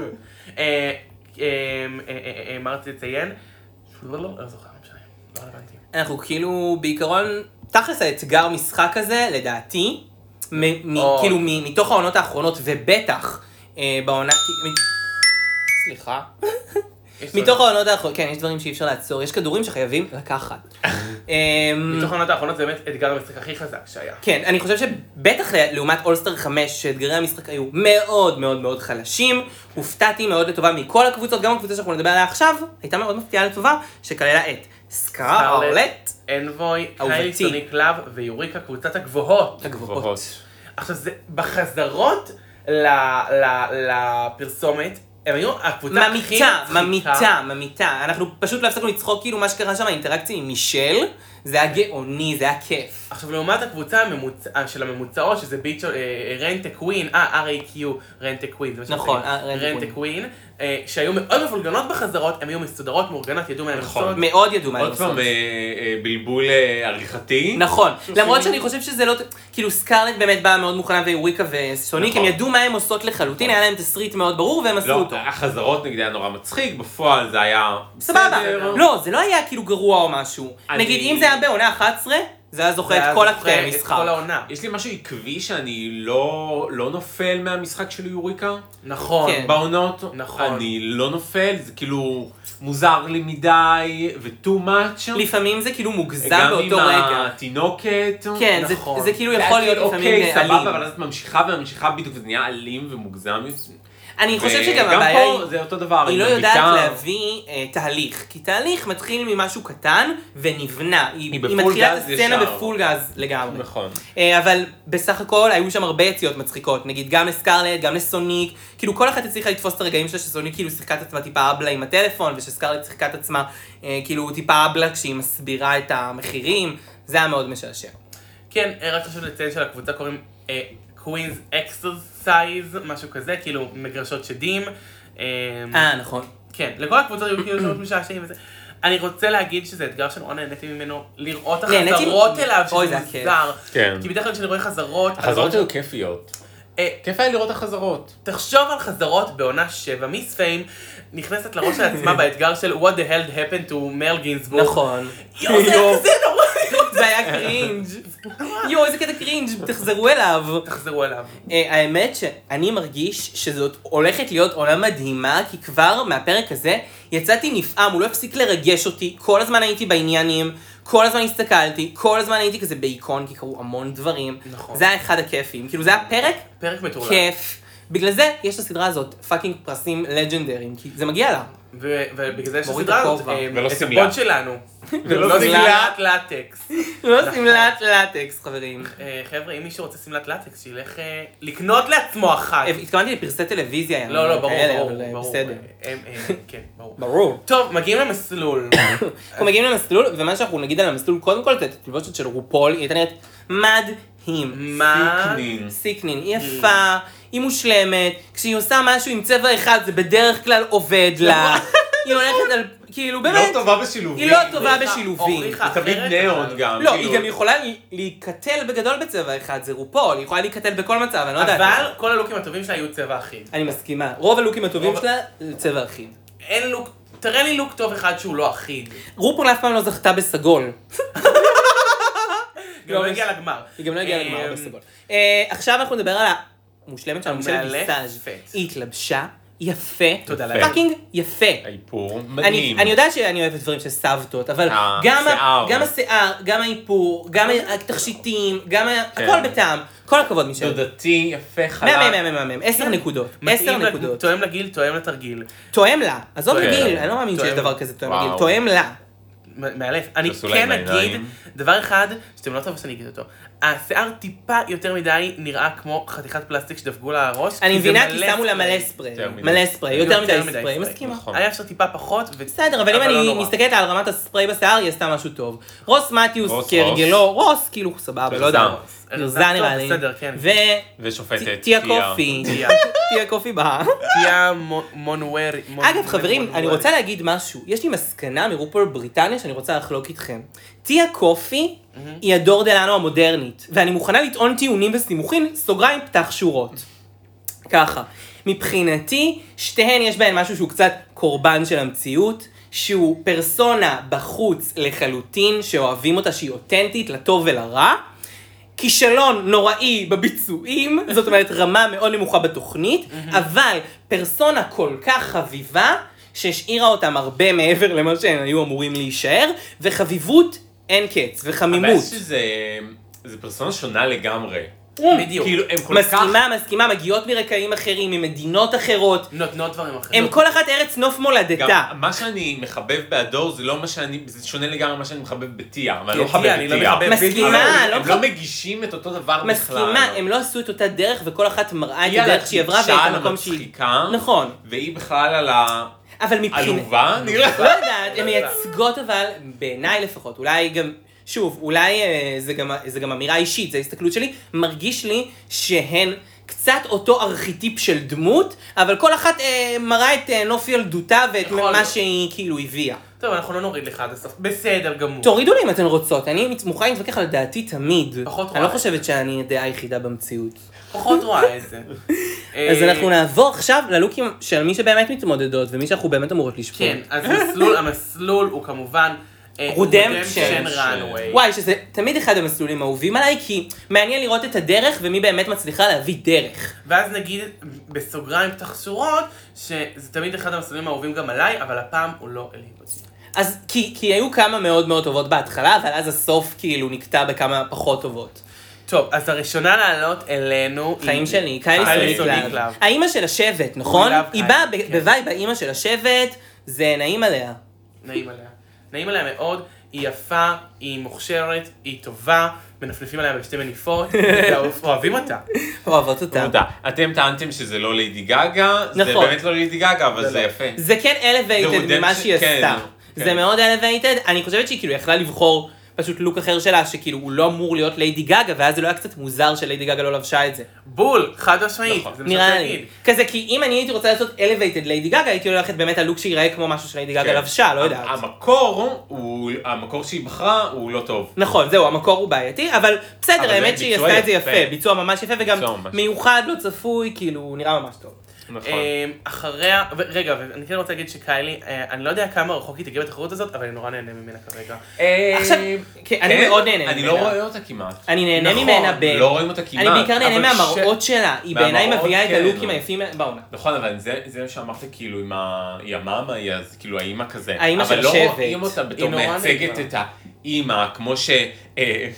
מה רציתי לציין? לא, לא, לא זוכר, לא משנה, לא רלוונטי.
אנחנו כאילו, בעיקרון, תכלס האתגר משחק הזה, לדעתי, מ- מ-
או.
כאילו מ- מתוך העונות האחרונות, ובטח אה, בעונה... מ- סליחה.
יש
מתוך העונות האחרונות, כן, יש דברים שאי אפשר לעצור, יש כדורים שחייבים לקחת. אמ,
מתוך העונות האחרונות זה באמת אתגר המשחק הכי חזק שהיה.
כן, אני חושב שבטח לעומת אולסטר חמש, שאתגרי המשחק היו מאוד מאוד מאוד חלשים, הופתעתי מאוד לטובה מכל הקבוצות, גם הקבוצה שאנחנו נדבר עליה עכשיו, הייתה מאוד מפתיעה לטובה, שכללה את סקארלט,
אנבוי,
אהובתי.
קיילי, סוניק לאב ויוריקה, קבוצת הגבוהות.
הגבוהות.
עכשיו זה, בחזרות ל- ל- לפרסומת, הם היו הקבוצה הכי
ממיתה,
מצחיקה.
ממיתה, ממיתה. אנחנו פשוט לא הפסקנו לצחוק כאילו מה שקרה שם, האינטראקציה עם מישל, זה היה גאוני, זה היה כיף.
עכשיו לעומת הקבוצה הממוצע, של הממוצעות, שזה ביט של רנטה קווין, אה, אר איי קיו, רנטה קווין, זה מה שאני
נכון,
חושב.
אה, רנטה
רנטה קווין, אה, שהיו מאוד מפולגנות בחזרות, הם היו מסודרות, מאורגנות, ידעו מה הם
נכון.
עושות.
מאוד ידעו מה הם
עוד
עושות.
פעם אה, אה, בלבול אה, עריכתי.
נכון, למרות שאני חושב שזה לא, כאילו סקארלט באמת באה מאוד מוכנה ואוריקה וסוניק, הם
נכון.
ידעו מה הם עושות לחלוטין, היה להם תסריט מאוד ברור והם עשו
לא,
אותו.
החזרות נגד היה נורא מצחיק, בפועל זה היה
סבבה,
בסדר.
לא, זה לא היה כאילו גרוע או משהו.
אני-
נגיד, אם זה היה בעונה אחת עשרה, זה היה זוכה
זה היה
את כל
זוכה
הקטעי
את
המשחק.
כל העונה.
יש לי משהו עקבי שאני לא, לא נופל מהמשחק של יוריקה
נכון.
כן.
בעונות.
נכון.
אני לא נופל, זה כאילו מוזר לי מדי ו-too much.
לפעמים זה כאילו מוגזם
גם
באותו
עם
רגע.
התינוקת.
כן, זה-
נכון.
זה כאילו
ואז
יכול להיות
כאילו,
לפעמים
אוקיי,
אלים.
סבבה, אבל אז את ממשיכה וממשיכה בדיוק, וזה נהיה אלים ומוגזם.
אני חושב שגם
וגם
הבעיה
פה
היא...
זה אותו דבר.
היא
עם
לא יודעת
הביטה.
להביא אה, תהליך, כי תהליך מתחיל ממשהו קטן ונבנה. היא,
היא
היא
בפול
מתחילה את
גז
הסצנה
ישר.
בפול גז לגמרי.
נכון.
אה, אבל בסך הכל היו שם הרבה יציאות מצחיקות, נגיד גם לסקארלט, גם לסוניק, כאילו כל אחת הצליחה לתפוס את הרגעים שלה, שסוניק כאילו שיחקה את עצמה טיפה אבלה עם הטלפון, ושסקארלט שיחקה את עצמה אה, כאילו טיפה אבלה כשהיא מסבירה את המחירים, זה היה מאוד משעשע.
כן, רק חשוב לציין שלקבוצה קוראים קווינס אקסרסייז, משהו כזה, כאילו מגרשות שדים. אה,
אה, נכון.
כן, לכל הקבוצות היו כאילו שמות משעשעים וזה. אני רוצה להגיד שזה אתגר שנורא נהניתי ממנו, לראות
נהניתי-
החזרות אליו,
אוי,
שזה
זה היה כיף.
מוזר.
כן.
כי בדרך כלל כשאני רואה חזרות...
החזרות היו כיפיות.
אה,
כיף היה לראות את החזרות.
תחשוב על חזרות בעונה שבע, מיס פיין נכנסת לראש של עצמה באתגר של What the hell happened to מל גינסבורג.
נכון.
יואו, זה היה כזה נורא.
זה היה קרינג'. יואו, איזה קטע קרינג', תחזרו אליו.
תחזרו אליו.
אה, האמת שאני מרגיש שזאת הולכת להיות עונה מדהימה, כי כבר מהפרק הזה יצאתי נפעם, הוא לא הפסיק לרגש אותי, כל הזמן הייתי בעניינים, כל הזמן הסתכלתי, כל הזמן הייתי כזה באיקון, כי קרו המון דברים.
נכון.
זה היה אחד הכיפים, כאילו זה היה פרק
פרק מטורלל.
כיף. בגלל זה יש לסדרה הזאת פאקינג פרסים לג'נדריים, כי זה מגיע לה.
ו- ובגלל זה יש
מוריד
לסדרה
את
הזאת,
הכובע.
אה,
ולא
את
שמלה.
הפוד שלנו.
ולא
ולא
שמלה.
שמלת לטקס.
לא שמלת לטקס, חברים.
אה, חבר'ה, אם מישהו רוצה שמלת לטקס, שילך אה, לקנות לעצמו אחת.
התכוונתי לפרסי טלוויזיה. יענו,
לא, לא, ברור,
כאלה,
ברור,
אבל, אה,
ברור.
בסדר.
אה, אה, כן, ברור.
ברור.
טוב, מגיעים למסלול.
אנחנו מגיעים למסלול, ומה שאנחנו נגיד על המסלול, קודם כל, את התלבושת של רופול, היא הייתה נראית מדהים.
מה?
סיקנין.
סיקנין, היא יפה, היא מושלמת, כשהיא עושה משהו עם צבע אחד, זה בדרך כלל עובד לה. היא הולכת על, כאילו,
היא
באמת,
לא טובה בשילובים.
היא לא טובה
הוכיחה-
בשילובים.
הוכיחה
היא תמיד
אחרת,
ניאון
אבל-
גם.
לא,
כאילו.
היא גם יכולה להיקטל בגדול בצבע אחד, זה רופול, היא יכולה להיקטל בכל מצב, אני לא יודעת.
אבל כל הלוקים הטובים שלה היו צבע אחיד.
אני מסכימה, רוב הלוקים הטובים
רוב-
שלה, זה צבע אחיד.
אין לוק, תראה לי לוק טוב אחד שהוא לא אחיד.
רופול אף פעם לא זכתה בסגול.
גם לא הגיע לגמר.
היא גם לא הגיעה לגמר
אה,
בסגול. אה, עכשיו אנחנו נדבר על המושלמת שלנו, מושלמת
המאלפת.
ויסאז'. היא התלבשה יפה.
תודה
לאל.
פאקינג יפה.
האיפור
אני,
מדהים.
אני יודעת שאני אוהבת דברים של סבתות, אבל
אה,
גם, ה,
שיער.
גם השיער, גם האיפור, גם התכשיטים, גם ה-
כן.
הכל בטעם. כל הכבוד מישל.
דודתי, יפה, חלק.
מהמם, מהמם, מהמם. עשר נקודות. עשר
מתאים לג-
נקודות.
תואם לגיל, תואם לתרגיל.
תואם לה. עזוב
תואם.
לגיל, אני לא מאמין שיש
תואם.
דבר כזה תואם
וואו.
לגיל. תואם לה.
מ- מאלף. אני
תעשו להם
כן אגיד
בעיניים.
דבר אחד, שאתם לא טוב שאני אגיד אותו. השיער טיפה יותר מדי נראה כמו חתיכת פלסטיק שדפקו לה הראש.
אני מבינה כי שמו לה מלא ספרי, מלא ספרי, יותר מדי ספרי, מסכימה.
היה אפשר טיפה פחות.
בסדר, אבל אם אני מסתכלת על רמת הספרי בשיער, היא עשתה משהו טוב. רוס מתיוס כהרגלו, רוס, כאילו סבבה, לא יודע. זה נראה לי.
ושופטת
תיה קופי. תיה קופי באה.
תיה מונוורי.
אגב, חברים, אני רוצה להגיד משהו. יש לי מסקנה מרופול בריטניה שאני רוצה לחלוק איתכם. תיה קופי היא הדור דלנו המודרנית, ואני מוכנה לטעון טיעונים וסימוכין, סוגריים פתח שורות. ככה, מבחינתי, שתיהן יש בהן משהו שהוא קצת קורבן של המציאות, שהוא פרסונה בחוץ לחלוטין, שאוהבים אותה שהיא אותנטית, לטוב ולרע, כישלון נוראי בביצועים, זאת אומרת רמה מאוד נמוכה בתוכנית, אבל פרסונה כל כך חביבה, שהשאירה אותם הרבה מעבר למה שהם היו אמורים להישאר, וחביבות אין קץ, וחמימות.
הבעיה שזה זה פרסונה שונה לגמרי.
בדיוק.
כאילו, הם כל כך...
מסכימה, מסכימה, מגיעות מרקעים אחרים, ממדינות אחרות.
נותנות דברים אחרים.
הם כל אחת ארץ נוף מולדתה.
גם מה שאני מחבב בהדור זה לא מה שאני, זה שונה לגמרי מה שאני מחבב בתיה, אבל אני לא מחבב
אני לא
בתיה.
מחבב
מסכימה,
הם
לא
לא
מחבב.
מגישים את אותו דבר בכלל.
מסכימה, הם לא עשו את אותה דרך, וכל אחת מראה את
היא על
הדרך שהיא עברה, ואת
הטיפשה,
המקום שהיא...
המצחיקה,
נכון.
והיא בכלל על ה...
אבל מבחינת...
עלובה, נראה.
לא יודעת, הן מייצגות אבל, בעיניי לפחות, אולי גם... שוב, אולי אה, זה, גם, זה גם אמירה אישית, זו ההסתכלות שלי, מרגיש לי שהן קצת אותו ארכיטיפ של דמות, אבל כל אחת אה, מראה את אה, נוף ילדותה ואת מה שהיא כאילו הביאה.
טוב, אנחנו לא נוריד לך עד הסוף. בסדר גמור.
תורידו לי אם אתן רוצות, אני מוכנה להתווכח על דעתי תמיד.
פחות
אני לא
רואה.
חושבת שאני הדעה היחידה במציאות.
פחות רואה את זה.
אז אנחנו נעבור עכשיו ללוקים של מי שבאמת מתמודדות, ומי שאנחנו באמת אמורות לשפוט.
כן, אז המסלול, המסלול הוא כמובן...
רודמפשן
ראנוויי.
וואי, שזה תמיד אחד המסלולים האהובים עליי, כי מעניין לראות את הדרך ומי באמת מצליחה להביא דרך.
ואז נגיד בסוגריים פתח שורות, שזה תמיד אחד המסלולים האהובים גם עליי, אבל הפעם הוא לא אלי אותי.
אז כי, כי היו כמה מאוד מאוד טובות בהתחלה, אבל אז הסוף כאילו נקטע בכמה פחות טובות.
טוב, אז הראשונה לעלות אלינו...
חיים
היא-
שלי, קיילי
קיילי
סוניק
סוניק
לאב.
לאב.
האמא של השבט, נכון?
לאב
היא
קיילי,
באה ב-
כן.
בווייב האמא של השבט, זה נעים עליה.
נעים עליה. נעים עליה מאוד, היא יפה, היא מוכשרת, היא טובה, מנפנפים עליה בשתי מניפות, אוהבים אותה.
אוהבות אותה.
תודה. אתם טענתם שזה לא ליידי גגה, זה
נכון.
באמת לא ליידי גגה, אבל
זה
זה
לא.
יפה.
זה כן
זה
elevated ממה
redemption,
שהיא
כן,
עשתה.
כן.
זה מאוד elevated, אני חושבת שהיא כאילו יכלה לבחור פשוט לוק אחר שלה, שכאילו הוא לא אמור להיות ליידי גגה, ואז זה לא היה קצת מוזר שליידי גגה לא לבשה את זה.
בול, חד משמעית.
נכון.
זה מה שאני
נראה
אגיד.
לי. כזה, כי אם אני הייתי רוצה לעשות elevated ליידי גגה, הייתי הולכת באמת על לוק שיראה כמו משהו שליידי גגה
כן.
לבשה, לא יודעת.
המקור, הוא- המקור שהיא בחרה הוא לא טוב.
נכון, זהו, המקור הוא בעייתי, אבל בסדר,
אבל זה
האמת שהיא
ביצוע
עשתה את זה
יפה.
יפה, ביצוע ממש יפה, וגם
ביצוע ממש.
מיוחד, לא צפוי, כאילו, הוא נראה ממש טוב.
נכון.
אמ, אחריה, ו- רגע, ואני כן רוצה להגיד שקיילי, אה, אני לא יודע כמה רחוק היא תגיע בתחרות הזאת, אבל אני נורא נהנה ממנה כרגע.
עכשיו, כן, אני מאוד נהנה
אני
ממנה.
לא רואה אותה כמעט.
אני נהנה
נכון,
ממנה ב...
לא רואים אותה כמעט.
אני בעיקר נהנה
אבל
מהמראות שלה, היא בעיניי
מהמראות,
מביאה את
כן.
הלוקים היפים בעונה.
נכון, אבל זה, זה מה שאמרת כאילו עם ה... היא המאמה, היא אז כאילו האימא כזה.
האמא של
אבל לא
השבט.
רואים אותה בתור
נורא
מייצגת
נעימה.
את האימא, כמו ש... אה,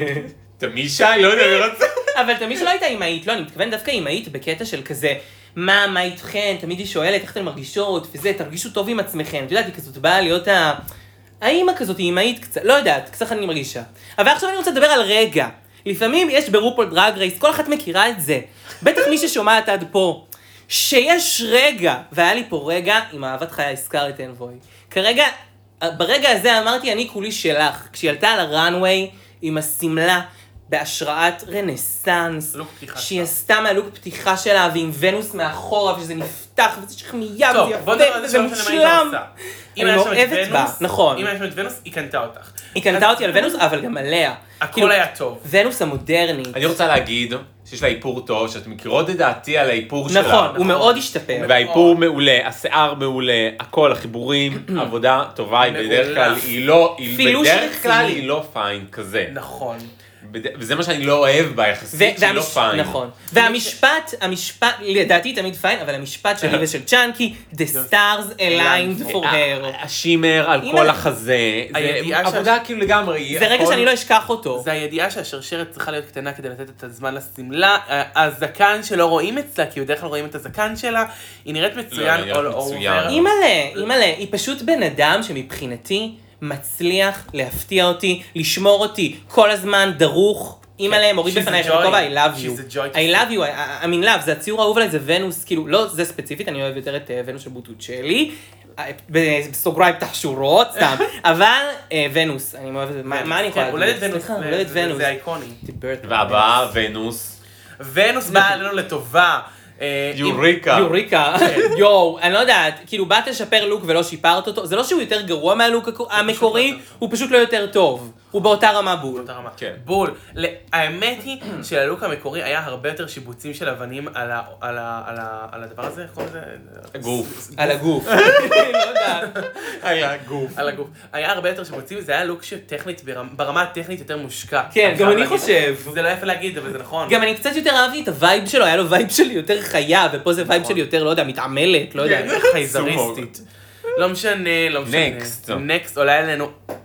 תמישה, לא יודע, אני רוצה...
אבל תמיד שלא הייתה אימהית, לא, אני מתכוון דווקא אימהית בקטע של כזה, מה, מה איתכן, תמיד היא שואלת איך אתן מרגישות, וזה, תרגישו טוב עם עצמכם, את יודעת, היא כזאת באה להיות ה... האימא כזאת, היא אימהית קצת, לא יודעת, קצת אני מרגישה. אבל עכשיו אני רוצה לדבר על רגע. לפעמים יש ברופול דרג רייס, כל אחת מכירה את זה. בטח מי ששומעת עד פה, שיש רגע, והיה לי פה רגע עם אהבת חיי סקארלט אנבוי. כרגע, ברגע הזה אמרתי, אני כולי שלך. כשהיא עלתה על הראנוויי עם הסמלה, בהשראת רנסנס,
לוק פתיחה
שהיא
שלה.
עשתה מהלוק פתיחה שלה, ועם ונוס מאחורה, ושזה נפתח, וזה שכמיה,
טוב,
וזה
בוא
יפה,
נדבר על זה
וזה
שלוש שנים מה היא
מושלם.
עושה. אם
אני
היה שם את
מאוהבת בה,
ונוס-
נכון.
אם היה שם את ונוס, היא קנתה אותך.
היא קנתה אותי על ונוס, אבל גם עליה.
הכל
כאילו,
היה טוב.
ונוס המודרנית.
אני רוצה להגיד שיש לה איפור טוב, שאתם מכירות את דעתי על האיפור שלה.
נכון, הוא מאוד השתפר.
והאיפור מעולה, השיער מעולה, הכל, החיבורים, עבודה טובה, היא בדרך כלל,
מעולה.
היא לא, היא
פילוש
בדרך כלל
רציני.
היא לא פיין כזה.
נכון.
בד- וזה מה שאני לא אוהב בה, יחסית שהיא לא
והמש-
פיין.
נכון. והמשפט, המשפט, לדעתי תמיד פיין, אבל המשפט שלי ושל צ'אנקי, The stars aligned for her.
השימר על
אם
כל
אני-
החזה, זה
הידיעה
עבודה כאילו לגמרי. היא
זה רגע
הכל-
שאני לא אשכח אותו.
זה הידיעה שהשרשרת צריכה להיות קטנה כדי לתת את הזמן לשמלה. הזקן שלא רואים אצלה, כי בדרך כלל רואים את הזקן שלה, היא נראית מצוין
היא נראית
all
מצוין.
over.
אימא'לה, אימא'לה, היא פשוט בן אדם שמבחינתי מצליח להפתיע אותי, לשמור אותי כל הזמן דרוך, אימא'לה, מוריד
She's
בפנייך
a
את הכובע,
joy.
I love
She's
you.
a joy to
I love you, I- I'm in love, זה הציור האהוב עליי, זה ונוס, כאילו, לא זה ספציפית, אני אוהב יותר את אה, ונוס של בוטוצ'לי, אה, בסוגריים תחשורות, סתם, אבל אה, ונוס, אני אוהב את זה, מה מה אני יכולה
כן,
להגיד?
הולדת ונוס,
סליחה,
זה-
הולדת
זה-
ונוס.
זה איקוני.
והבאה, ונוס.
ונוס באה עלינו לטובה. אה, עם-
יוריקה.
יוריקה, יואו, אני לא יודעת, כאילו באת לשפר לוק ולא שיפרת אותו, זה לא שהוא יותר גרוע מהלוק המקורי, הוא פשוט לא יותר טוב, הוא באותה רמה בול.
באותה רמה.
כן.
בול. ל- האמת היא שללוק המקורי היה הרבה יותר שיבוצים של אבנים על ה- על ה- על ה- על הדבר הזה, איך קוראים לזה?
גוף.
על הגוף. לא יודעת.
היה גוף.
על הגוף. היה הרבה יותר שיבוצים, זה היה לוק שטכנית, ברמה- ברמה הטכנית יותר מושקע.
כן, גם
חייב
אני
להגיד.
חושב.
זה לא יפה להגיד, אבל זה נכון.
גם אני קצת יותר אהבתי את הווייב שלו, היה לו וייב שלי יותר חיה, ופה זה וייב שלי יותר, לא יודע, מתעמלת, לא יודע.
חייזריסטית. לא משנה, לא משנה.
Next.
נקסט עולה אלינו.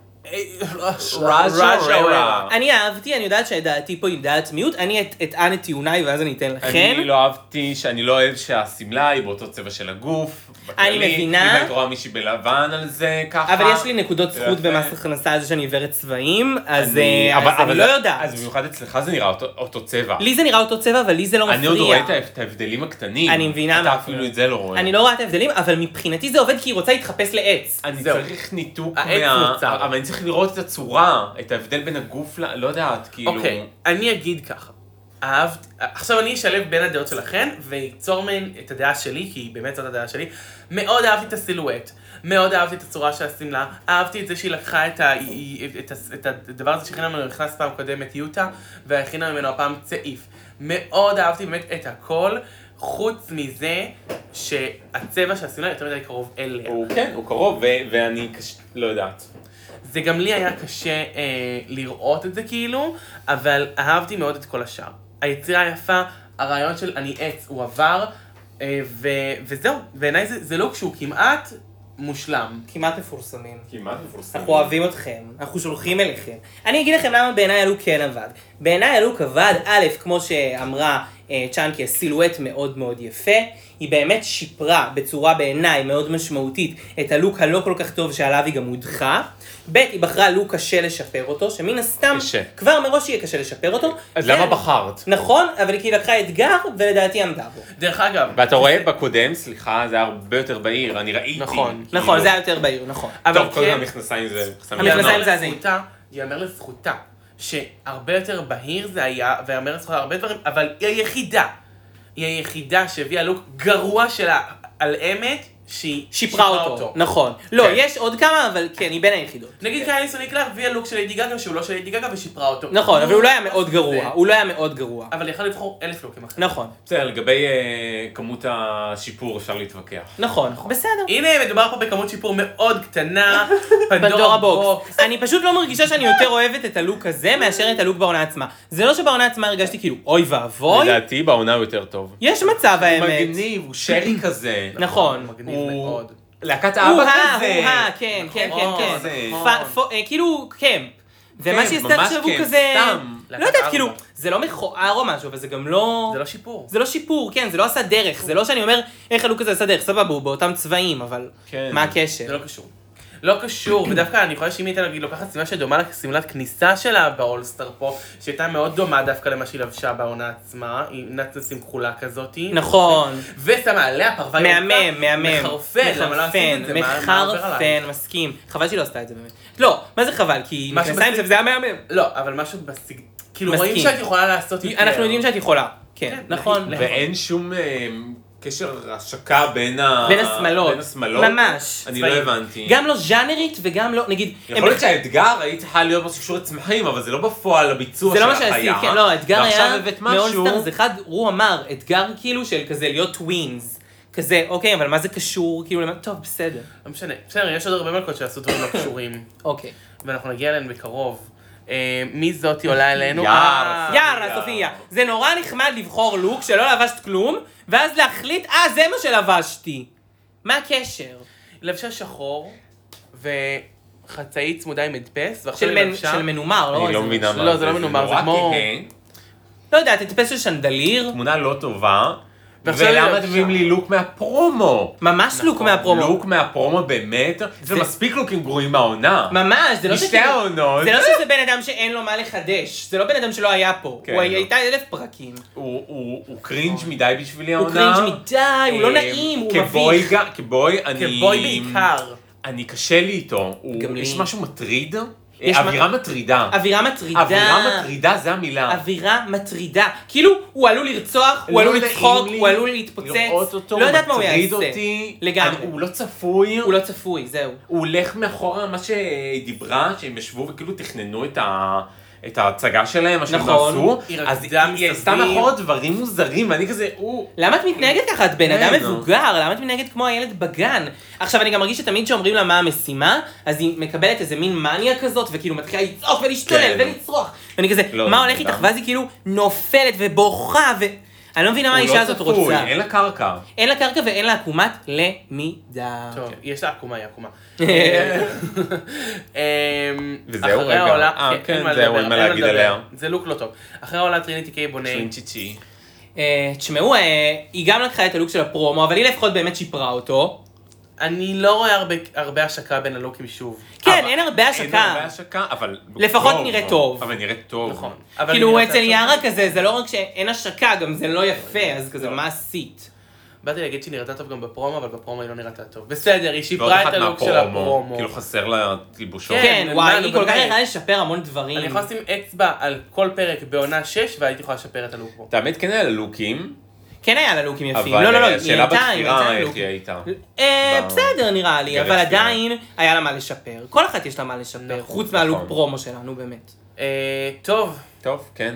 רג'ה אוהרה.
אני אהבתי, אני יודעת שדעתי פה היא דעת מיעוט, אני את- אטען את טיעוניי ואז אני אתן לכן.
אני לא אהבתי, שאני לא אוהב שהשמלה היא באותו צבע של הגוף.
אני
בכללי.
מבינה.
אם היית רואה מישהי בלבן על זה, ככה.
אבל יש לי נקודות
זה
זכות
יפה.
במס הכנסה על זה שאני עיוורת צבעים, אז
אני-
אה,
אבל-
אז אני
אבל
לא
זה-
יודעת.
אז במיוחד אצלך זה נראה אותו- אותו צבע.
לי זה נראה אותו צבע, אבל לי זה לא
אני עוד רואה
מפריע.
את ה- את ההבדלים הקטנים.
אני מבינה
אתה
מה-
אפילו את זה לא רואה.
אני לא רואה את ההבדלים, אבל מבחינתי זה עובד כי היא רוצה להתחפש לעץ.
אני
זהו.
צריך ניתוק
העץ
מה...
נוצר.
אבל אני צריך לראות את הצורה, את ההבדל בין הגוף ל... לא יודעת, כאילו...
אוקיי, אני אגיד ככה. אהבת, עכשיו אני אשלב בין הדעות שלכן, ויצור מהן את הדעה שלי, כי באמת זאת הדעה שלי. מאוד אהבתי את הסילואט, מאוד אהבתי את הצורה של השמלה, אהבתי את זה שהיא לקחה את, ה, היא- את, ה- את הדבר הזה שהכינה ממנו נכנס פעם קודמת יוטה, והכינה ממנו הפעם צעיף. מאוד אהבתי באמת את הכל, חוץ מזה שהצבע של השמלה יותר מדי קרוב אליה.
הוא כן, הוא קרוב, ו- ואני קש... לא יודעת.
זה גם לי היה קשה אה, לראות את זה כאילו, אבל אהבתי מאוד את כל השאר. היצירה היפה, הרעיון של אני עץ הוא עבר, אה, ו- וזהו, בעיניי זה, זה לוק שהוא כמעט מושלם.
כמעט מפורסמים.
כמעט מפורסם.
אנחנו אוהבים אתכם, אנחנו שולחים אליכם. אני אגיד לכם למה בעיניי הלוק כן עבד. בעיניי הלוק עבד, א', כמו שאמרה אה, צ'אנקי, הסילואט מאוד מאוד יפה. היא באמת שיפרה בצורה בעיניי מאוד משמעותית את הלוק הלא כל כך טוב שעליו היא גם הודחה. ב', היא בחרה לוק קשה לשפר אותו, שמן הסתם
קשה.
כבר מראש יהיה קשה לשפר אותו.
אז
ו-
למה בחרת?
נכון, אבל היא לקחה אתגר ולדעתי עמדה בו.
דרך אגב,
ואתה רואה בקודם, סליחה, זה היה הרבה יותר בהיר, אני ראיתי.
נכון.
כאילו-
נכון, זה היה יותר בהיר, נכון.
אבל
טוב, קודם
כן,
המכנסיים זה...
המכנסיים
יאמר
זה-
לזכותה, יאמר לזכותה, שהרבה יותר בהיר זה היה, ויאמר לזכותה הרבה דברים, אבל היא היחידה, היא היחידה שהביאה לוק גרוע שלה על אמת, שהיא
שיפרה אותו, נכון. לא,
כן.
יש עוד כמה, אבל כן, היא בין היחידות.
נגיד קייליס ניקלר הביאה לוק של ליידי גגה שהוא לא של ליידי גגה ושיפרה אותו.
נכון, אבל הוא לא היה מאוד
זה-
גרוע, הוא לא היה מאוד גרוע.
אבל יכול לבחור אלף לוקים אחרים.
נכון,
בסדר, לגבי אה, כמות השיפור אפשר להתווכח.
נכון, בסדר.
הנה, מדובר פה בכמות שיפור מאוד קטנה,
פנדורה
פנדורה
בוקס.
בוקס.
אני פשוט לא מרגישה שאני יותר אוהבת את הלוק הזה מאשר את הלוק בעונה עצמה. זה לא שבעונה עצמה הרגשתי כאילו, אוי ואבוי,
לדעתי בעונה הוא יותר טוב.
יש מצב האמת.
מגניב, הוא שרי כזה.
נכון.
מגניב
הוא-
מאוד.
להקת
הוא
אבא
ה,
כזה.
הוא ה, כן, כן, כן,
נכון,
כן.
זה-
פ- פ- אה, כאילו, קמפ. ומה
כן,
שהיא עשתה
ממש
עכשיו הוא
קמפ,
כזה,
סתם.
לא יודעת,
לקחת
כאילו,
ארבע.
זה לא מכוער או משהו, אבל זה גם לא...
זה לא שיפור.
זה לא שיפור, כן, זה לא עשה דרך, זה לא שאני אומר איך הלוק הזה עשה דרך, סבבה, הוא באותם צבעים, אבל
כן.
מה הקשר?
זה לא קשור. לא קשור, ודווקא אני חושב שאם הייתה נגיד לוקחת שמלה שדומה לשמלת כניסה שלה באולסטאר פה, שהייתה מאוד דומה דווקא למה שהיא לבשה בעונה עצמה, היא נצנסים כחולה כזאתי.
נכון.
ושמה עליה פרווה ירוקה.
מהמם, מהמם.
מחרפן, למה לא עשית את זה? מה- מה עובר עלייך?
מחרפן, מסכים. חבל שהיא לא עשתה את זה באמת. לא, מה זה חבל? כי
משהו
מכנסיים
בסג-
זה היה מהמם.
לא, אבל משהו בסיג... כאילו
מסכים.
רואים שאת יכולה לעשות יותר.
אנחנו יודעים שאת יכולה. כן,
כן,
נכון.
לה-
ואין שום אה, קשר השקה בין ה...
בין השמלות.
בין השמלות.
ממש.
אני לא
צבעים.
הבנתי.
גם לא ז'אנרית וגם לא, נגיד... הם
יכול להיות שהאתגר היית צריכה להיות משהו שקשור לצמחים, אבל זה לא בפועל הביצוע
זה
של
לא
החיה.
מה שעשית, כן, לא, האתגר
ועכשיו
היה
הבאת משהו-
מאולסטארס אחד, הוא אמר, אתגר כאילו של כזה להיות טווינס. כזה, אוקיי, אבל מה זה קשור? כאילו, למה- טוב, בסדר.
לא משנה. בסדר, יש עוד הרבה מלכות שעשו דברים לא קשורים.
אוקיי.
ואנחנו נגיע אליהן בקרוב. אה, מי זאתי עולה אלינו?
יאללה,
אה,
יאללה,
יאללה.
סופיה. זה נורא נחמד לבחור לוק שלא לבשת כלום, ואז להחליט, אה, זה מה שלבשתי. מה הקשר?
היא לבשה שחור, וחצאית צמודה עם הדפס, ועכשיו
של
היא
מנ-
לבשה...
של מנומר, לא?
אני לא
איזה-
מבינה מה
לא, זה לא מנומר, זה
נורא
כמו-
כהה.
לא יודעת, הדפס של שנדליר.
תמונה לא טובה. ולמה אתם מביאים לי לוק מהפרומו?
ממש לוק מהפרומו.
לוק מהפרומו באמת, זה מספיק לוקים גרועים מהעונה.
ממש, זה לא
משתי העונות.
זה לא שזה בן אדם שאין לו מה לחדש, זה לא בן אדם שלא היה פה, הוא הייתה אלף פרקים.
הוא קרינג' מדי בשבילי העונה.
הוא קרינג' מדי, הוא לא נעים, הוא מביך.
כבוי, אני...
כבוי בעיקר.
אני קשה לי איתו.
גם לי.
יש משהו מטריד?
יש
אווירה מטרידה.
אווירה מטרידה.
אווירה מטרידה, זה המילה.
אווירה מטרידה. כאילו, הוא עלול לרצוח, הוא עלול לצחוק, הוא עלול להתפוצץ.
לראות אותו,
לא יודעת מה הוא
מטריד
יעשה.
אותי.
לגמרי.
הוא לא צפוי.
הוא לא צפוי, זהו.
הוא הולך מאחורה, מה שהיא דיברה, שהם ישבו וכאילו תכננו את ה... את ההצגה שלהם, מה שהם
נכון.
עשו,
היא
אז
רקדה
היא עשתה
מסביב.
מאחורה דברים מוזרים, ואני כזה, הוא...
למה את מתנהגת ככה? את בן אדם
כן.
מבוגר, למה את מתנהגת כמו הילד בגן? עכשיו אני גם מרגיש שתמיד שאומרים לה מה המשימה, אז היא מקבלת איזה מין מניה כזאת, וכאילו מתחילה לצעוק ולהשתולל
כן.
ולצרוח. ואני כזה,
לא,
מה הולך
תודה.
איתך? ואז היא כאילו נופלת ובוכה, ו... אני לא מבינה מה האישה הזאת
הוא לא
רוצה.
צפוי, אין לה קרקע.
אין לה קרקע ואין לה עקומת למידה.
טוב, יש לה עקומה, היא עקומה.
וזהו
אחרי
רגע.
העולה-
אה,
כן,
כן,
אין מה
זהו,
לדבר,
אין מה
אין
להגיד
לדבר.
עליה.
זה לוק לא טוב. אחרי העולה טריניטי קיי בונה...
שווינצ'יצ'י.
אה, תשמעו, אה, היא גם לקחה את הלוק של הפרומו, אבל היא לפחות באמת שיפרה אותו.
אני לא רואה הרבה- הרבה השקה בין הלוקים שוב.
כן,
אבל-
אין הרבה
אין
השקה.
הרבה השקה, אבל...
לפחות
טוב.
נראה טוב.
אבל נראה טוב.
נכון. אבל
כאילו
אני רוצה
אצל
לעשות-
יערה כזה, זה לא רק שאין השקה, גם זה לא יפה, אז כזה, מה עשית?
באתי להגיד שהיא נראתה טוב גם בפרומו, אבל בפרומו היא לא נראתה טוב. בסדר, היא
ועוד
שיפרה את
אחת
הלוק של
מהפרומו,
הפרומו.
כאילו חסר לה תלבושות.
כן,
כן, וואי,
מה,
היא
נו,
כל כך
באמת.
יכולה לשפר המון דברים.
אני יכולה לשים אצבע על כל פרק בעונה שש, והייתי יכולה לשפר את הלוק פה.
את האמת כן היה לה לוקים,
כן היה לה לוקים יפים.
אבל
לא, לא, לא, היא
השאלה
הייתה, היא
בבחירה
הייתה
איך
לוק.
היא הייתה.
אה,
ב-
בסדר נראה לי,
גרף
אבל
שלה.
עדיין היה לה מה לשפר. כל אחת יש לה מה לשפר,
נכון,
חוץ מהלוק
נכון.
פרומו שלנו, באמת.
אה, טוב.
טוב, כן.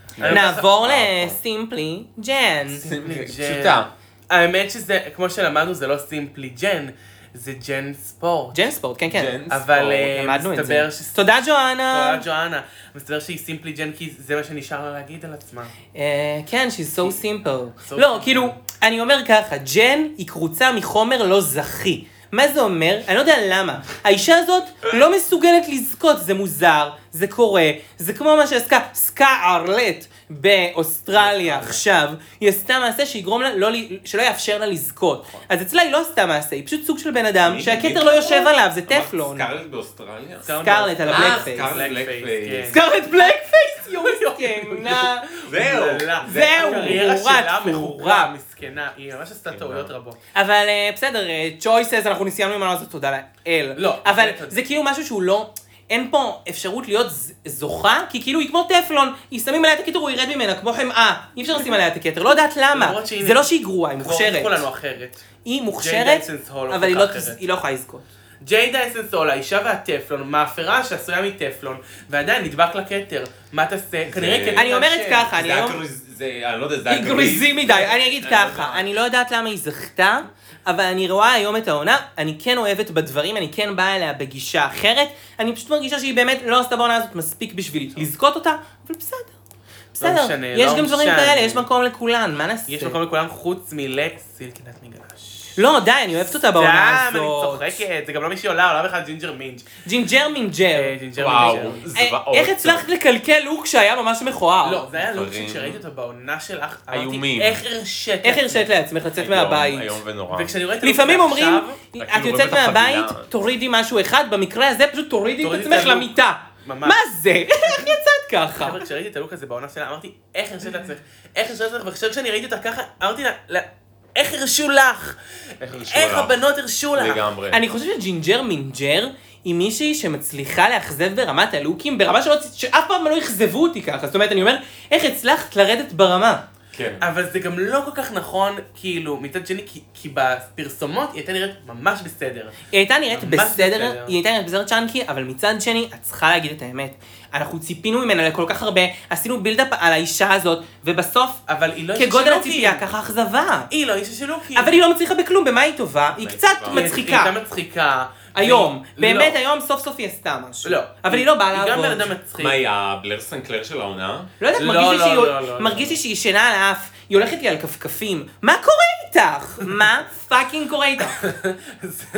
נעבור לסימפלי ג'ן.
פשוטה.
האמת שזה, כמו שלמדנו, זה לא סימפלי ג'ן, זה ג'ן ספורט.
ג'ן ספורט, כן, כן.
ג'ן
אבל
ספורט.
אה,
למדנו את
מסתבר
זה.
ש...
תודה ג'ואנה.
תודה ג'ואנה. מסתבר שהיא סימפלי ג'ן כי זה מה שנשאר לה להגיד על עצמה.
אה, כן, she's so simple.
So
לא,
simple.
כאילו, אני אומר ככה, ג'ן היא קרוצה מחומר לא זכי. מה זה אומר? אני לא יודע למה. האישה הזאת לא מסוגלת לזכות, זה מוזר, זה קורה, זה כמו מה שעסקה סקה ארלט באוסטרליה עכשיו, היא עשתה מעשה שיגרום לה, לא, ל- שלא יאפשר לה לזכות. אז אצלה היא לא עשתה מעשה, היא פשוט סוג של בן אדם שהכתר לא יושב עליו, זה טפלון.
סקרלט באוסטרליה?
סקרלט על
אה,
הבלק
סקרלט
פייס.
בלק פייס.
סקרלט בלק פייס, יואו מסכנה.
זהו.
זהו,
הקריירה
תפורה,
שלה
תפורה.
מחורה, מסכנה. היא ממש עשתה טעויות רבות.
אבל אה, בסדר, צ'ויסס, אנחנו נסיימנו עם הנושא, תודה לאל.
לא,
אבל
זה-
זה כאילו משהו שהוא לא... אין פה אפשרות להיות ז- זוכה, כי כאילו היא כמו טפלון, היא שמים עליה את הכתר, הוא ירד ממנה, כמו חמאה. אי אפשר לשים עליה את הכתר, לא יודעת למה.
למרות שהיא-
זה לא שהיא גרועה, היא
כבר
מוכשרת.
הוכיחו לנו אחרת.
היא
ג'יי
מוכשרת,
דייסנס הול
אבל היא לא-
הוכיחה אחרת.
היא לא יכולה לזכות.
ג'יי דייסנס הול, האישה והטפלון, מאפרה שעשויה מטפלון, ועדיין נדבק לכתר. מה תעשה? כנראה כן.
אני אומרת ככה, אני
זה
היום...
הגריז- זה, אני לא יודע, זה
היא גריזי מדי, אני אגיד
אני לא
ככה,
יודע.
אני לא יודעת למה היא זכתה, אבל אני רואה היום את העונה, אני כן אוהבת בדברים, אני כן באה אליה בגישה אחרת, אני פשוט מרגישה שהיא באמת לא עשתה בעונה הזאת מספיק בשביל לזכות אותה, אבל בסדר. בסדר,
משנה,
יש
לא
גם דברים
משנה.
כאלה, יש מקום לכולן, מה נעשה?
יש מקום לכולם חוץ מלסילקינת מגלש.
לא, די, אני אוהבת אותה בעונה
סתם, אני
הזאת.
צוחקת, זה גם לא מי שעולה, עולה בכלל ג'ינג'ר מינג'.
ג'ינג'ר מינג'ר.
אה, ג'ינג'ר
וואו,
מינג'ר.
אה,
זוועות.
איך הצלחת לקלקל לוק שהיה ממש מכוער?
לא, זה היה לוק
דברים.
שכשראיתי אותו בעונה שלך, אמרתי,
איומים.
איך הרשית?
איך הרשית לעצמך לצאת מהבית?
איום ונורא.
וכשאני רואה את הלוק
לפעמים
הזה
אומרים,
עכשיו,
את
כאילו
יוצאת
רואים את
מהבית,
החבילה.
תורידי משהו אחד, במקרה הזה פשוט תורידי את
תורידי את
עצמך
הלוק.
למיטה.
ממש.
מה זה? איך יצאת ככה?
חבר'ה, כשראיתי את הלוק הזה בעונה שלה, אמרתי, איך הרשית לעצמך? איך הרשית לעצמך? ועכשיו כשאני ראיתי אותה ככה, אמרתי לה, לה, איך הרשו לך?
איך הרשו
איך
לך?
הבנות הרשו לך?
לגמרי.
אני חושבת שג'ינג'ר מינג'ר היא מישהי שמצליחה לאכזב ברמת הלוקים, ברמה שלא, שאף פעם לא אכזבו אותי ככה. זאת אומרת, אני אומר, איך הצלחת לרדת ברמה?
כן.
אבל זה גם לא כל כך נכון, כאילו, מצד שני, כי, כי בפרסומות היא הייתה נראית ממש בסדר.
היא הייתה נראית
ממש
בסדר,
בסדר.
היא הייתה נראית בסדר צ'אנקי, אבל מצד שני, את צריכה להגיד את האמת. אנחנו ציפינו ממנה לכל כך הרבה, עשינו בילדאפ על האישה הזאת, ובסוף,
אבל היא לא אישה
כגודל
של
הציפייה,
לוקים.
ככה אכזבה.
היא לא אישה של לוקים.
אבל היא לא מצליחה בכלום, במה היא טובה? היא
היא
קצת
טובה.
מצחיקה.
היא הייתה מצחיקה.
היום,
והיא-
באמת
לא.
היום סוף סוף היא עשתה משהו.
לא.
אבל היא לא באה
היא גם
לעבוד.
בן אדם מצחיק.
מה היא, הבלר סנקלר של העונה?
לא יודעת,
לא,
מרגיש לי
לא,
שהיא-
לא, לא,
מרגיש
לא.
לי שהיא ישנה על האף, היא הולכת לי על כפכפים. מה קורה איתך? מה פאקינג קורה איתך?
זה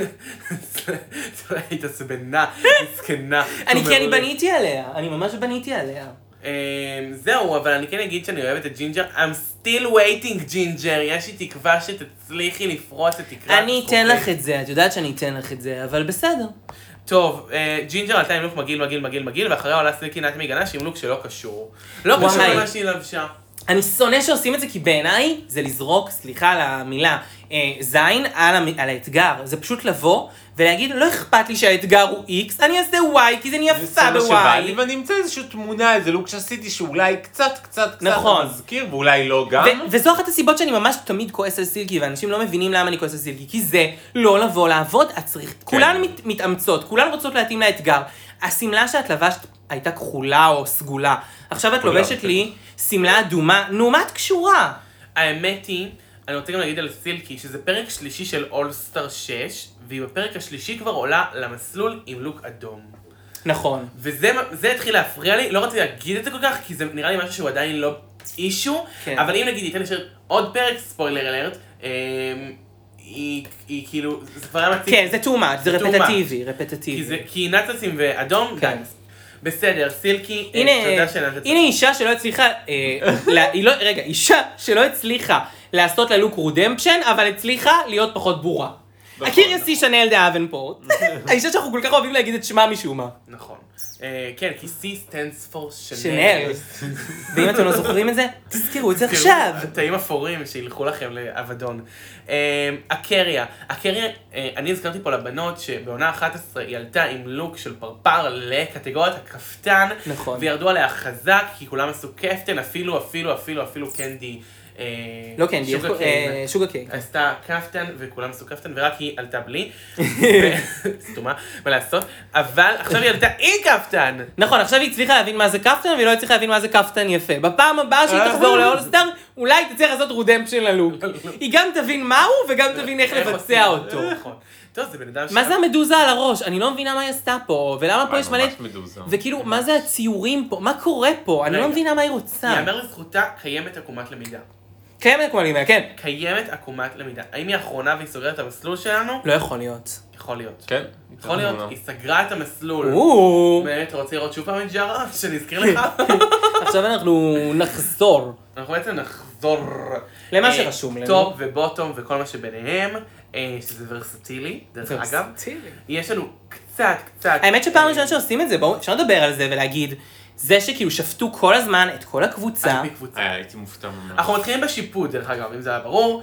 היית זבנה, מסכנה.
אני כי אני
מעולה.
בניתי עליה, אני ממש בניתי עליה.
זהו, אבל אני כן אגיד שאני אוהבת את ג'ינג'ר. I'm still waiting, ג'ינג'ר. יש לי תקווה שתצליחי לפרוץ את תקרת.
אני אתן לך את זה, את יודעת שאני אתן לך את זה, אבל בסדר.
טוב, ג'ינג'ר עלתה עם לוק מגעיל, מגעיל, מגעיל, מגעיל, ואחריה עולה סילקי נטמי גנש עם לוק שלא קשור. לא קשור למה שהיא לבשה.
אני שונא שעושים את זה, כי בעיניי זה לזרוק, סליחה על המילה, אה, זין על, המ... על האתגר. זה פשוט לבוא ולהגיד, לא אכפת לי שהאתגר הוא X, אני אעשה Y, כי זה נהיה יפה ב-Y.
ואני אמצא איזושהי תמונה, איזה לוק שעשיתי שאולי קצת, קצת, קצת
נכון.
מזכיר, ואולי לא גם.
ו- וזו אחת הסיבות שאני ממש תמיד כועס על סילקי, ואנשים לא מבינים למה אני כועס על סילקי, כי זה לא לבוא לעבוד, את צריך, כן. כולן מת, מתאמצות, כולן רוצות להתאים לאתגר. השמלה שאת לבשת הייתה כחולה או סגולה, עכשיו את לובשת לי שמלה אדומה, נו, מה את קשורה?
האמת היא, אני רוצה גם להגיד על סילקי, שזה פרק שלישי של אולסטאר שש, והיא בפרק השלישי כבר עולה למסלול עם לוק אדום.
נכון.
וזה זה התחיל להפריע לי, לא רציתי להגיד את זה כל כך, כי זה נראה לי משהו שהוא עדיין לא אישו, כן. אבל אם נגיד ייתן לשיר עוד פרק, ספוילר אלרט, אה, היא, היא כאילו, זה כבר היה מציג.
כן, זה too much, זה רפטטיבי, רפטטיבי.
כי, זה, כי נצצים ואדום,
כן.
בסדר, סילקי,
הנה,
תודה שנתת.
הנה אישה שלא הצליחה, אה, לה, היא לא, רגע, אישה שלא הצליחה לעשות לה לוק רודמפשן, אבל הצליחה להיות פחות בורה. הקיריוסי שנל דה אבנפורט. האישה שאנחנו כל כך אוהבים להגיד את שמה משום מה.
נכון. כן, כי C stands for
שנל. ואם אתם לא זוכרים את זה, תזכרו את זה עכשיו.
תאים אפורים שילכו לכם לאבדון. הקריה. הקריה, אני הזכרתי פה לבנות שבעונה אחת עשרה היא עלתה עם לוק של פרפר לקטגוריית הכפתן.
נכון.
וירדו עליה חזק, כי כולם עשו קפטן, אפילו, אפילו, אפילו, אפילו קנדי.
לא קנדי, שוגה קייק.
עשתה קפטן וכולם עשו קפטן ורק היא עלתה בלי. סתומה, מה לעשות? אבל עכשיו היא עלתה עם קפטן.
נכון, עכשיו היא הצליחה להבין מה זה קפטן והיא לא הצליחה להבין מה זה קפטן יפה. בפעם הבאה שהיא תחזור לאולסטאר, אולי תצליח לעשות רודמפשן ללוק. היא גם תבין מהו וגם תבין איך לבצע אותו.
טוב, זה בן אדם ש...
מה זה המדוזה על הראש? אני לא מבינה מה היא עשתה פה, ולמה פה יש מלא...
מדוזה.
וכאילו, מה זה הציורים פה? מה קורה פה? אני לא מבינה מה היא רוצה.
יאמר לזכותה, קיימת עקומת למידה.
קיימת עקומת למידה, כן.
קיימת עקומת למידה. האם היא האחרונה והיא סוגרת את המסלול שלנו?
לא יכול להיות.
יכול להיות.
כן.
יכול להיות, היא סגרה את המסלול. באמת, אתה רוצה לראות שוב פעם את ג'ארה? שנזכיר לך?
עכשיו אנחנו נחזור.
אנחנו בעצם נחזור.
למה שרשום לנו.
טופ ובוטום וכל מה שביניהם, שזה ורסטילי, דרך אגב. יש לנו קצת, קצת...
האמת שפעם ראשונה שעושים את זה, בואו, אפשר לדבר על זה ולהגיד, זה שכאילו שפטו כל הזמן את כל הקבוצה.
הייתי מופתע ממש.
אנחנו מתחילים בשיפוט, דרך אגב, אם זה היה ברור.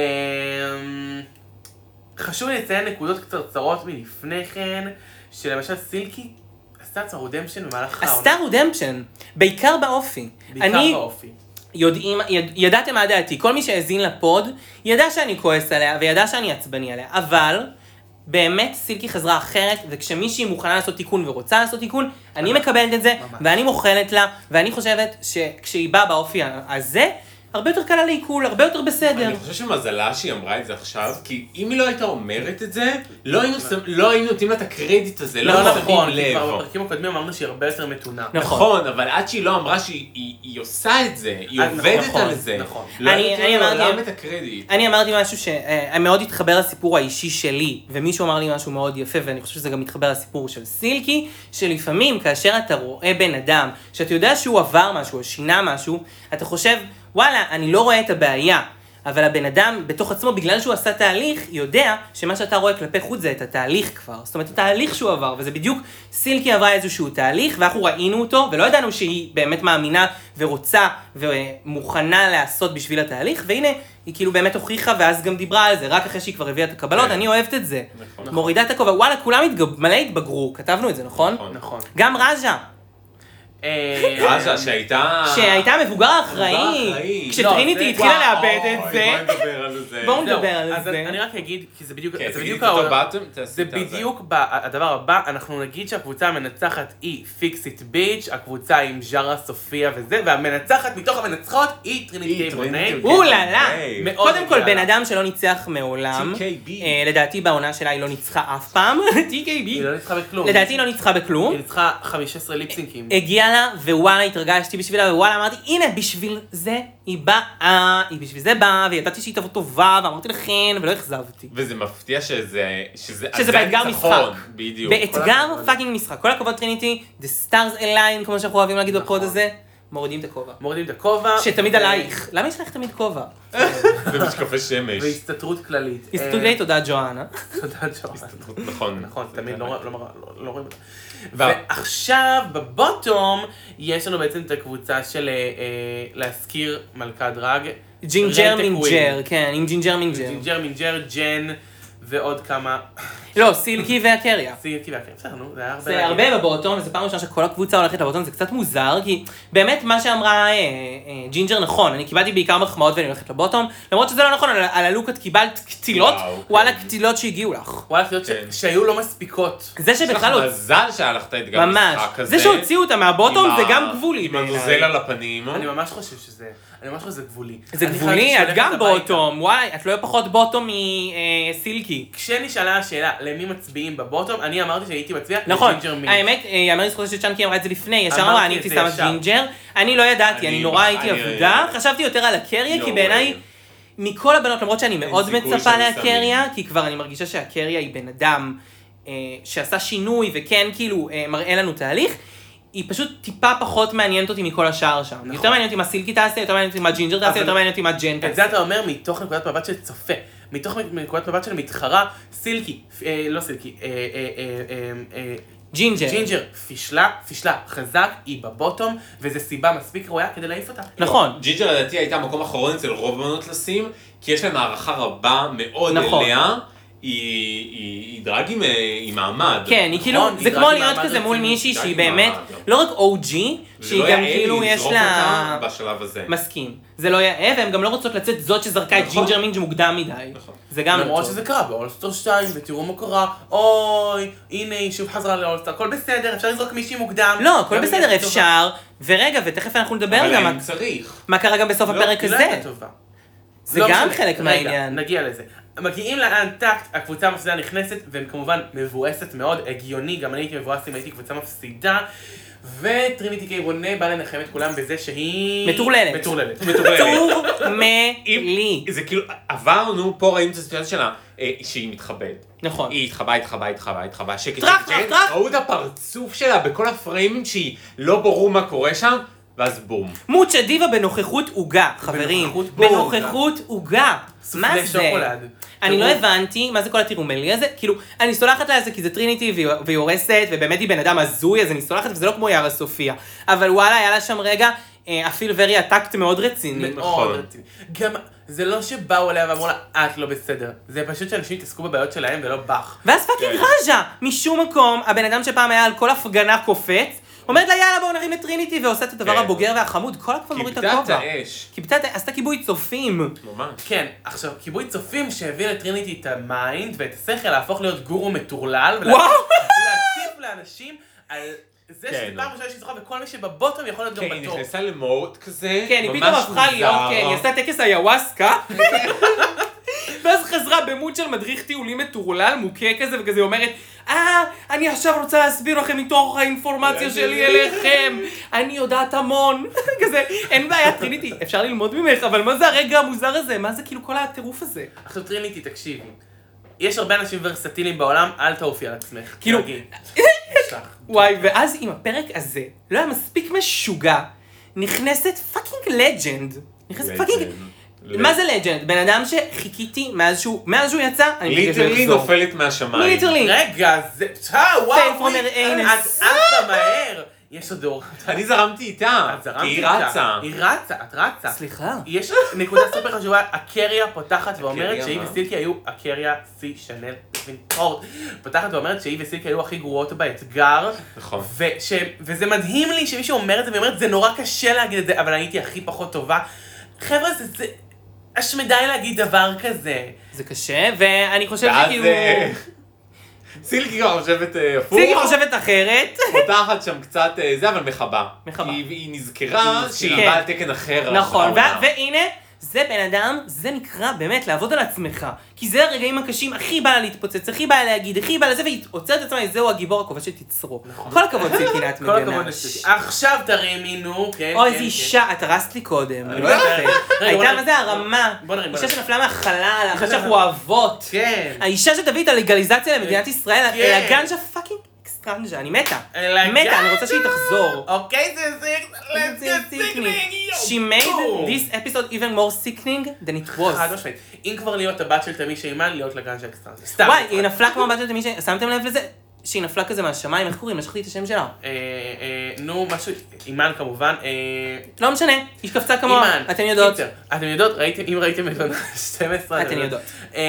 חשוב לי לציין נקודות קצרצרות מלפני כן, שלמשל סילקי עשתה את הרודמפשן במהלך העונה.
עשתה רודמפשן, בעיקר באופי.
בעיקר באופי.
יודעים, יד, ידעתם מה דעתי, כל מי שהאזין לפוד, ידע שאני כועס עליה וידע שאני עצבני עליה, אבל באמת סילקי חזרה אחרת, וכשמישהי מוכנה לעשות תיקון ורוצה לעשות תיקון, אני מקבלת את זה, ואני מוכלת לה, ואני חושבת שכשהיא באה באופי הזה, הרבה יותר קלה לעיכול, הרבה יותר בסדר.
אני חושב שמזלה שהיא אמרה את זה עכשיו, כי אם היא לא הייתה אומרת את זה, לא היינו נותנים לה את הקרדיט הזה, לא
נכון, כי כבר בפרקים הקודמים אמרנו שהיא הרבה יותר מתונה.
נכון, אבל עד שהיא לא אמרה שהיא עושה את זה, היא עובדת על זה, לא היינו לעולם את הקרדיט.
אני אמרתי משהו שמאוד התחבר לסיפור האישי שלי, ומישהו אמר לי משהו מאוד יפה, ואני חושב שזה גם מתחבר לסיפור של סילקי, שלפעמים כאשר אתה רואה בן אדם, שאתה יודע שהוא עבר משהו או שינה משהו, אתה חושב, וואלה, אני לא רואה את הבעיה, אבל הבן אדם בתוך עצמו, בגלל שהוא עשה תהליך, יודע שמה שאתה רואה כלפי חוץ זה את התהליך כבר. זאת אומרת, התהליך שהוא עבר, וזה בדיוק, סילקי עברה איזשהו תהליך, ואנחנו ראינו אותו, ולא ידענו שהיא באמת מאמינה ורוצה ומוכנה לעשות בשביל התהליך, והנה, היא כאילו באמת הוכיחה, ואז גם דיברה על זה, רק אחרי שהיא כבר הביאה את הקבלות, אני אוהבת את זה. מורידה את הכובע, וואלה, כולם מלא התבגרו, כתבנו את זה, נכון?
נכון.
גם רג'ה.
רג'ה שהייתה...
שהייתה מבוגר אחראי. כשטריניטי התחילה לאבד את זה.
בואו נדבר על זה.
בואו נדבר על
אז
זה.
אני רק אגיד, כי זה בדיוק...
זה
בדיוק הדבר הבא, אנחנו נגיד שהקבוצה המנצחת היא פיקסיט ביץ', הקבוצה עם ז'ארה, סופיה וזה, והמנצחת מתוך המנצחות היא טריניטי מוני.
אוללה. קודם כל, בן אדם שלא ניצח מעולם.
טי קיי בי.
לדעתי בעונה שלה היא לא ניצחה אף פעם. טי קיי בי.
היא לא ניצחה בכלום.
לדעתי היא לא ניצחה בכלום.
היא ניצחה חמישה עשר ליפסינקים.
הגיע לה, ווואלה, התרגשתי בשבילה, ווואלה, אמרתי, הנה, בשביל זה היא באה, היא בשביל זה באה, וידעתי שהיא תבוא טובה, ואמרתי לכן, ולא אכזבתי.
וזה מפתיע שזה... שזה,
שזה באתגר משחק.
בדיוק.
באתגר פאקינג משחק. כל הכבוד טריניטי, The Stars Align, כמו שאנחנו אוהבים להגיד בפוד הזה, מורידים את הכובע.
מורידים את הכובע.
שתמיד עלייך. למה יש לך תמיד כובע?
זה משקפי שמש.
והסתתרות כללית.
הסתתרות כללית, תודה ג'ואנה.
תודה ג'ואנה.
נכון.
נכון, תמיד לא רואים אותה. ועכשיו, בבוטום, יש לנו בעצם את הקבוצה של להזכיר מלכה דרג.
ג'ינג'ר מינג'ר, כן, עם ג'ינג'ר מינג'ר.
ג'ינג'ר מינג'ר, ג'ן ועוד כמה...
לא, סילקי והקריה.
סילקי והקריה, בסדר, נו, זה היה הרבה...
זה הרבה בבוטום, וזו פעם ראשונה שכל הקבוצה הולכת לבוטום, זה קצת מוזר, כי באמת מה שאמרה ג'ינג'ר נכון, אני קיבלתי בעיקר מחמאות ואני הולכת לבוטום, למרות שזה לא נכון, על הלוק את קיבלת קטילות, וואלה קטילות שהגיעו לך.
וואלה קטילות שהיו לא מספיקות.
זה שבכלל...
יש לך מזל שהיה לך את האתגר משחק הזה.
זה שהוציאו אותה מהבוטום זה גם גבולי.
עם הנוזל על הפנים.
אני ממש חושב שזה... אני ממש חושב שזה גבולי.
זה גבולי, את גם בוטום, וואי, את לא פחות בוטום מסילקי.
כשנשאלה השאלה למי מצביעים בבוטום, אני אמרתי שהייתי מצביע
נכון,
לג'ינג'ר מינג'.
האמת, יאמר לזכות שצ'אנקי אמרה את זה לפני, ישר אמרה, אני הייתי שמה ג'ינג'ר, אני לא ידעתי, אני נורא הייתי אבודה, חשבתי יותר על הקריה, כי בעיניי, מכל הבנות, למרות שאני מאוד מצפה להקריה, כי כבר אני מרגישה שהקריה היא בן אדם שעשה שינוי, וכן כאילו מראה לנו תהליך, היא פשוט טיפה פחות מעניינת אותי מכל השאר שם. יותר מעניינת אותי מה סילקי תעשה, יותר מעניינת אותי מה ג'ינג'ר תעשה, יותר מעניינת אותי מה ג'ן תעשה.
את זה אתה אומר מתוך נקודת מבט של צופה, מתוך נקודת מבט של מתחרה, סילקי, לא סילקי,
ג'ינג'ר.
ג'ינג'ר, פישלה, פישלה, חזק, היא בבוטום, וזו סיבה מספיק ראויה כדי להעיף אותה.
נכון.
ג'ינג'ר לדעתי הייתה מקום אחרון אצל רוב בנות לשים, כי יש להם הערכה רבה מאוד אליה. היא דרג עם מעמד.
כן, היא כאילו, זה כמו להיות כזה מול מישהי שהיא באמת, לא רק או ג'י, שהיא גם כאילו יש לה...
בשלב הזה.
מסכים. זה לא יאה, והם גם לא רוצות לצאת זאת שזרקה את ג'ינג'ר מינג' מוקדם מדי. זה גם...
למרות שזה קרה באולסטר שתיים, ותראו מה קרה, אוי, הנה היא שוב חזרה לאולסטר, הכל בסדר, אפשר לזרוק מישהי מוקדם.
לא, הכל בסדר, אפשר, ורגע, ותכף אנחנו נדבר גם...
אבל אם צריך.
מה קרה גם בסוף הפרק הזה. זה גם חלק מהעניין.
נגיע לזה. מגיעים לאנטקט, הקבוצה המפסידה נכנסת, והם כמובן מבואסת מאוד, הגיוני, גם אני הייתי מבואס אם הייתי קבוצה מפסידה, וטריניטי קיי רונה בא לנחם את כולם בזה שהיא...
מטורללת.
מטורללת.
מטורללי.
זה כאילו, עברנו, פה ראינו את הסיטואציה שלה, שהיא מתחבאת.
נכון.
היא התחבאה, התחבאה, התחבאה, התחבאה, שקט,
טרח, טרח, טרח.
ראו את הפרצוף שלה בכל הפריימים שהיא לא ברור מה קורה שם, ואז בום.
מוצ'ה דיבה בנוכחות עוגה, חברים. בנוכחות עוגה. מה זה? אני לא הבנתי מה זה כל התירומלי הזה, כאילו, אני סולחת לה זה כי זה טריניטי והיא הורסת, ובאמת היא בן אדם הזוי, אז אני סולחת, וזה לא כמו יארה סופיה. אבל וואלה, היה לה שם רגע, אפילו ורי הטקט מאוד רציני.
מאוד רציני. גם, זה לא שבאו אליה ואמרו לה, את לא בסדר. זה פשוט שאנשים התעסקו בבעיות שלהם ולא בך.
ואז פאקינג רג'ה, משום מקום, הבן אדם שפעם היה על כל הפגנה קופץ, אומרת לה יאללה בואו נרים את טריניטי ועושה את הדבר הבוגר והחמוד, כל הכבוד מוריד את הכובע.
כיבתה את האש.
כיבתה את האש, עשתה כיבוי צופים.
ממש.
כן, עכשיו, כיבוי צופים שהביא לטריניטי את המיינד ואת השכל להפוך להיות גורו מטורלל.
וואו!
ולהטיף לאנשים על זה שזה פעם ראשונה שהיא זוכה וכל מי שבבוטום יכול להיות גם
כן, היא
בטוב.
נכנסה למוד כזה,
כן, היא פתאום הפכה להיות, כן, היא עשתה טקס היוואסקה. ואז חזרה במוד של מדריך טיולים מטורלל, מוכה כזה, וכזה היא אומרת, אה, אני עכשיו רוצה להסביר לכם מתוך האינפורמציה שלי אליכם, אני יודעת המון. כזה, אין בעיה, טריניטי, אפשר ללמוד ממך, אבל מה זה הרגע המוזר הזה? מה זה כאילו כל הטירוף הזה?
עכשיו טריניטי, תקשיבי. יש הרבה אנשים ורסטיליים בעולם, אל תעופי על עצמך.
כאילו, וואי, ואז עם הפרק הזה, לא היה מספיק משוגע, נכנסת פאקינג לג'נד. נכנסת פאקינג... מה זה לג'נד? בן אדם שחיכיתי מאז שהוא, מאז שהוא יצא, אני מבקש לחזור.
ליטרלי נופלת מהשמיים.
ליטרלי.
רגע, זה... וואו,
את
עפה מהר. יש עוד דור.
אני זרמתי איתה, כי היא רצה.
היא רצה, את רצה.
סליחה.
יש נקודה סופר חשובה, הקריה פותחת ואומרת שהיא וסילקי היו, הקריה סי שנל וינטורט, פותחת ואומרת שהיא וסילקי היו הכי גרועות באתגר.
נכון.
וזה מדהים לי שמישהו אומר את זה ואומרת, זה נורא קשה להגיד את זה, אבל הייתי הכי פחות טובה. חבר'ה, זה... השמדי להגיד דבר כזה.
זה קשה, ואני חושבת שכאילו...
סילקי גם חושבת הפוך.
סילקי חושבת אחרת.
פותחת שם קצת זה, אבל מחבה.
מחבה.
היא נזכרה שהיא באה על תקן אחר.
נכון, והנה, זה בן אדם, זה נקרא באמת לעבוד על עצמך. כי זה הרגעים הקשים, הכי בא לה להתפוצץ, הכי בא לה להגיד, הכי בא לזה, והיא עוצרת את עצמה, זהו הגיבור הכובש שתצרו. כל הכבוד סילקי נט
כל הכבוד
מגנש.
לסילקי. עכשיו תרימי, נו, כן,
אוי,
כן,
איזה
כן.
אישה, את הרסת לי קודם.
אני
לא
לא
יפה.
רגע, בוא
הייתה,
נראה.
מה זה הרמה?
בוא נראה, בוא
אישה
נראה.
שנפלה מהחלל, אחרי שאנחנו אוהבות.
כן.
האישה שתביא את הלגליזציה למדינת ישראל,
כן.
לגנג'ה פאקינג אקסטרנג'ה, אני מתה.
לגנג'ה.
מתה, אני רוצה שהיא תחזור.
אוקיי, זה זה...
It's sickening. She made this episode even more sickening than it was.
חד משמעית. אם כבר להיות הבת של תמי שיימן, להיות לגנג'ה אקסטרנג'ה. סתם.
וואי, היא נפלה כמו הבת של תמי ש... שמתם לב לזה? שהיא נפלה כזה מהשמיים, איך קוראים? נשכחתי את השם שלה.
אה, אה, נו, משהו, אימן כמובן. אה,
לא משנה, היא שקפצה כמוה.
אימן.
אתן יודעות.
קיצר, אתם יודעות, ראיתם, אם ראיתם את עונה שתים עשרה.
אתן יודעות.
אה,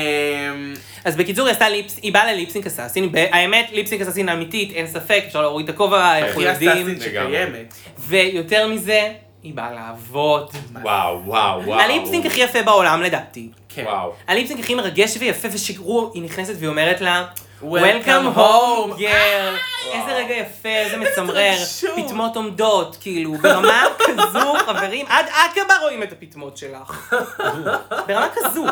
אז בקיצור, היא עשתה ליפס, היא באה לליפסינק אסאסין, האמת, ליפסינק אסאסין אמיתית, אין ספק, אפשר להוריד את הכובע, אנחנו
הכי
יודעים.
אסאסין שקיימת.
ויותר מזה, היא באה לעבוד.
וואו, וואו, וואו.
הליפסינק הכי יפה בעולם לדעתי.
כן.
וואו.
הליפסינק הכי מרגש ויפה ושיגרו, היא נכנסת והיא אומרת לה,
Welcome
Welcome
home.
home, girl. איזה רגע יפה, איזה מצמרר.
התרגשות.
פטמות עומדות, כאילו, ברמה כזו, חברים, עד עקבה רואים את הפטמות שלך. ברמה כזו.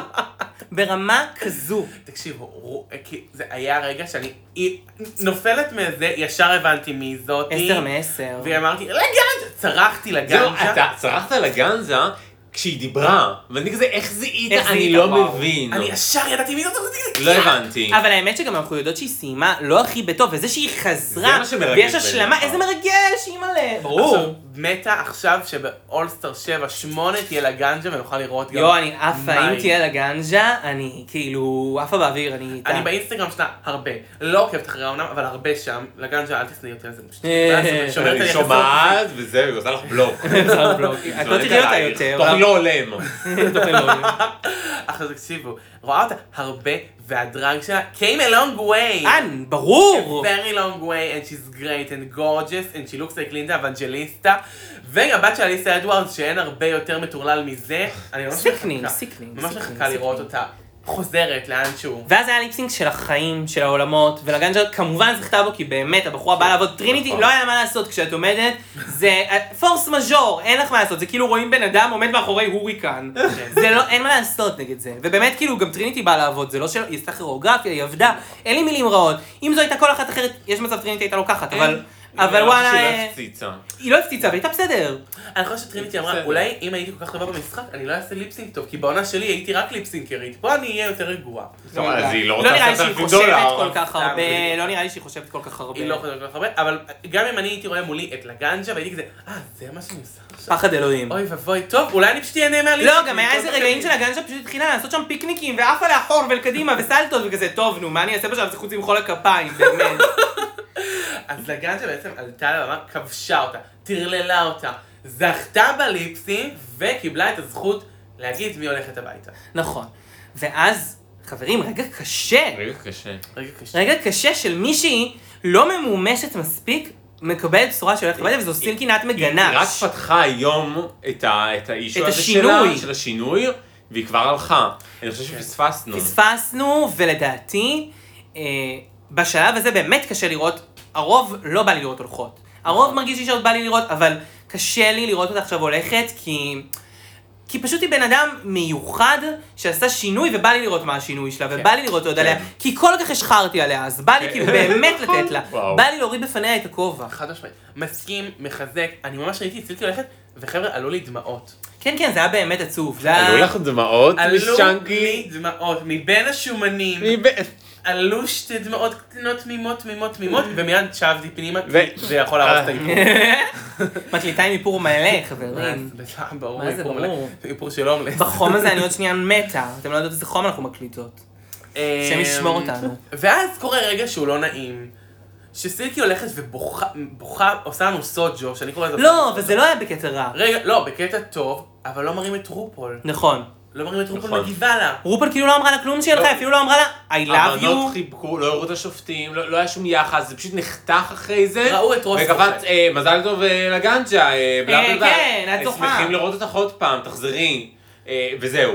ברמה כזו.
תקשיבו, רו- כי זה היה רגע שאני היא נופלת מזה, ישר הבנתי מי זאתי.
עשר מעשר.
ואמרתי, לגנג'ה! צרחתי
זהו,
לגנג'ה.
אתה צרחת לגנזה כשהיא דיברה, ואני כזה, איך זיהית?
איך
אני
זיהית?
לא
וואו.
מבין.
אני ישר ידעתי מי זאת.
לא הבנתי.
אבל האמת שגם אנחנו יודעות שהיא סיימה לא הכי בטוב, וזה שהיא חזרה,
זה מה שמרגש
ויש השלמה,
בעיניך.
איזה מרגש, אימא'לה. ברור.
עכשיו, מתה עכשיו שבאולסטר שבע שמונה תהיה לגנג'ה ונוכל לראות גם...
יו, אני עפה,
מה
אם
היא.
תהיה לגנג'ה, אני כאילו עפה באוויר, אני איתה.
אני באינסטגרם שלה הרבה, לא עוקבת אחרי העונה, אבל הרבה שם, לגנג'ה אל תשנאי אותי על זה. פשוט
אה,
שומרת על
אני
יחסות.
שומעת, וזהו, היא עושה לך בלוק.
את לא תראי אותה יותר.
תוכי לא הולם.
תוכן לא עולה.
עכשיו תקשיבו, רואה אותה הרבה, והדרג שלה came a long way.
אנ, ברור.
very long way, and she's great and gorgeous, and she looks like לינדה אבנג'ליסטה. והבת של אליסה אדוארד, שאין הרבה יותר מטורלל מזה, אני ממש
סיקנינג,
מחכה.
סיקנינג,
ממש
סיקנינג,
מחכה לראות
סיקנינג.
אותה חוזרת לאנשהו.
ואז היה ליפסינג של החיים, של העולמות, ולגנג'ה כמובן זכתה בו, כי באמת הבחורה באה לעבוד טריניטי,
נכון.
לא היה לה מה לעשות כשאת עומדת, זה פורס מז'ור, אין לך מה לעשות, זה כאילו רואים בן אדם עומד מאחורי הוריקן, זה לא, אין מה לעשות נגד זה, ובאמת כאילו גם טריניטי באה לעבוד, זה לא שלא, היא עשתה כירוגרפיה, היא עבדה, אין לי מילים רעות, אם זו הייתה כל אחת אחרת, יש מצב טריניטי הייתה לוקחת, אבל, אבל וואלה,
שהיא לא
אה,
הפציצה.
היא לא הפציצה, והייתה בסדר.
אני חושבת שטריניטי אמרה,
בסדר.
אולי אם הייתי כל כך טובה במשחק, אני לא אעשה ליפסינק טוב, כי בעונה שלי הייתי רק ליפסינקרית, פה אני אהיה יותר רגועה.
טוב, אז היא לא
לא
רוצה
נראה לי
עשרת
שהיא
אלפים
חושבת
דולר.
כל כך
סתם,
הרבה,
בדיוק.
לא נראה לי שהיא חושבת כל כך הרבה.
היא לא חושבת כל כך הרבה, אבל גם אם אני הייתי רואה מולי את לגנג'ה, והייתי כזה, אה, זה מה שאני עושה עכשיו.
פחד אלוהים.
אוי ואבוי, טוב, אולי אני פשוט אהנה מהליפסינק.
לא, גם היה איזה רגעים של הגנג'ה פשוט התחילה לעשות שם פיקניקים, ועפה לאחור ולקדימה וסלטות וכזה, טוב, נו, מה אני אעשה בשלב זה חוץ ממחוא לכפיים, באמת.
אז לגנג'ה בעצם עלתה לבמה, כבשה אותה, טרללה אותה, זכתה בליפסינק, וקיבלה את הזכות להגיד מי הולכת הביתה.
נכון. ואז, חברים, רגע קשה.
רגע קשה.
רגע קשה.
רגע קשה של מישהי לא ממומשת מספיק, מקבלת בשורה שהולכת הביתה, וזו סילקי נט
היא רק
מגנש.
פתחה היום את ה- את האישו
את
הזה
השינוי.
שלה, של השינוי, והיא כבר הלכה. אני חושב שפספסנו.
פספסנו, ולדעתי, אה, בשלב הזה באמת קשה לראות, הרוב לא בא לי לראות הולכות. הרוב מרגיש לי שעוד בא לי לראות, אבל קשה לי לראות אותה עכשיו הולכת, כי... כי פשוט היא בן אדם מיוחד שעשה שינוי ובא לי לראות מה השינוי שלה, ובא לי לראות עוד עליה, כי כל כך השחרתי עליה, אז בא לי כאילו באמת לתת לה,
וואו.
בא לי להוריד בפניה את הכובע.
חד משמעית. מסכים, מחזק, אני ממש ראיתי את סילקי הולכת, וחבר'ה, עלו לי דמעות.
כן, כן, זה היה באמת עצוב. זה היה-
עלו לך דמעות,
עלו
משצ'אנקי?
לי דמעות, מבין השומנים, עלו שתי דמעות קטנות תמימות, תמימות, תמימות, ומיד שבתי פנימה,
ו-
זה יכול להרוס את האיפור.
מקליטה עם איפור מלא, חברים.
זה ברור,
מה זה
איפור מלא.
ברור?
איפור של הומלס.
בחום הזה אני עוד שנייה מתה, אתם לא יודעות איזה חום אנחנו מקליטות. השם ישמור אותנו.
ואז קורה רגע שהוא לא נעים, שסילקי הולכת ובוכה, בוכה, עושה לנו סוג'ו, שאני קורא לזה...
לא, וזה לא היה בקטע רע.
רגע, לא, בקטע טוב, אבל לא מראים את רופול.
נכון.
לא מראים את רופול
נכון.
מגיבה לה.
רופול כאילו לא אמרה לה כלום שהיא הלכה, אפילו לא אמרה לה I love
הבנות
you.
חיבקו, לא הראו את השופטים, לא לא היה שום יחס, זה פשוט נחתך אחרי זה.
ראו את רוס
וקפץ,
רופל.
אה, מזל טוב אה, לגנג'ה, אה, בלה
אה,
בלה בלה.
כן, את זוכה.
שמחים לראות אותך עוד פעם, תחזרי. אה, וזהו.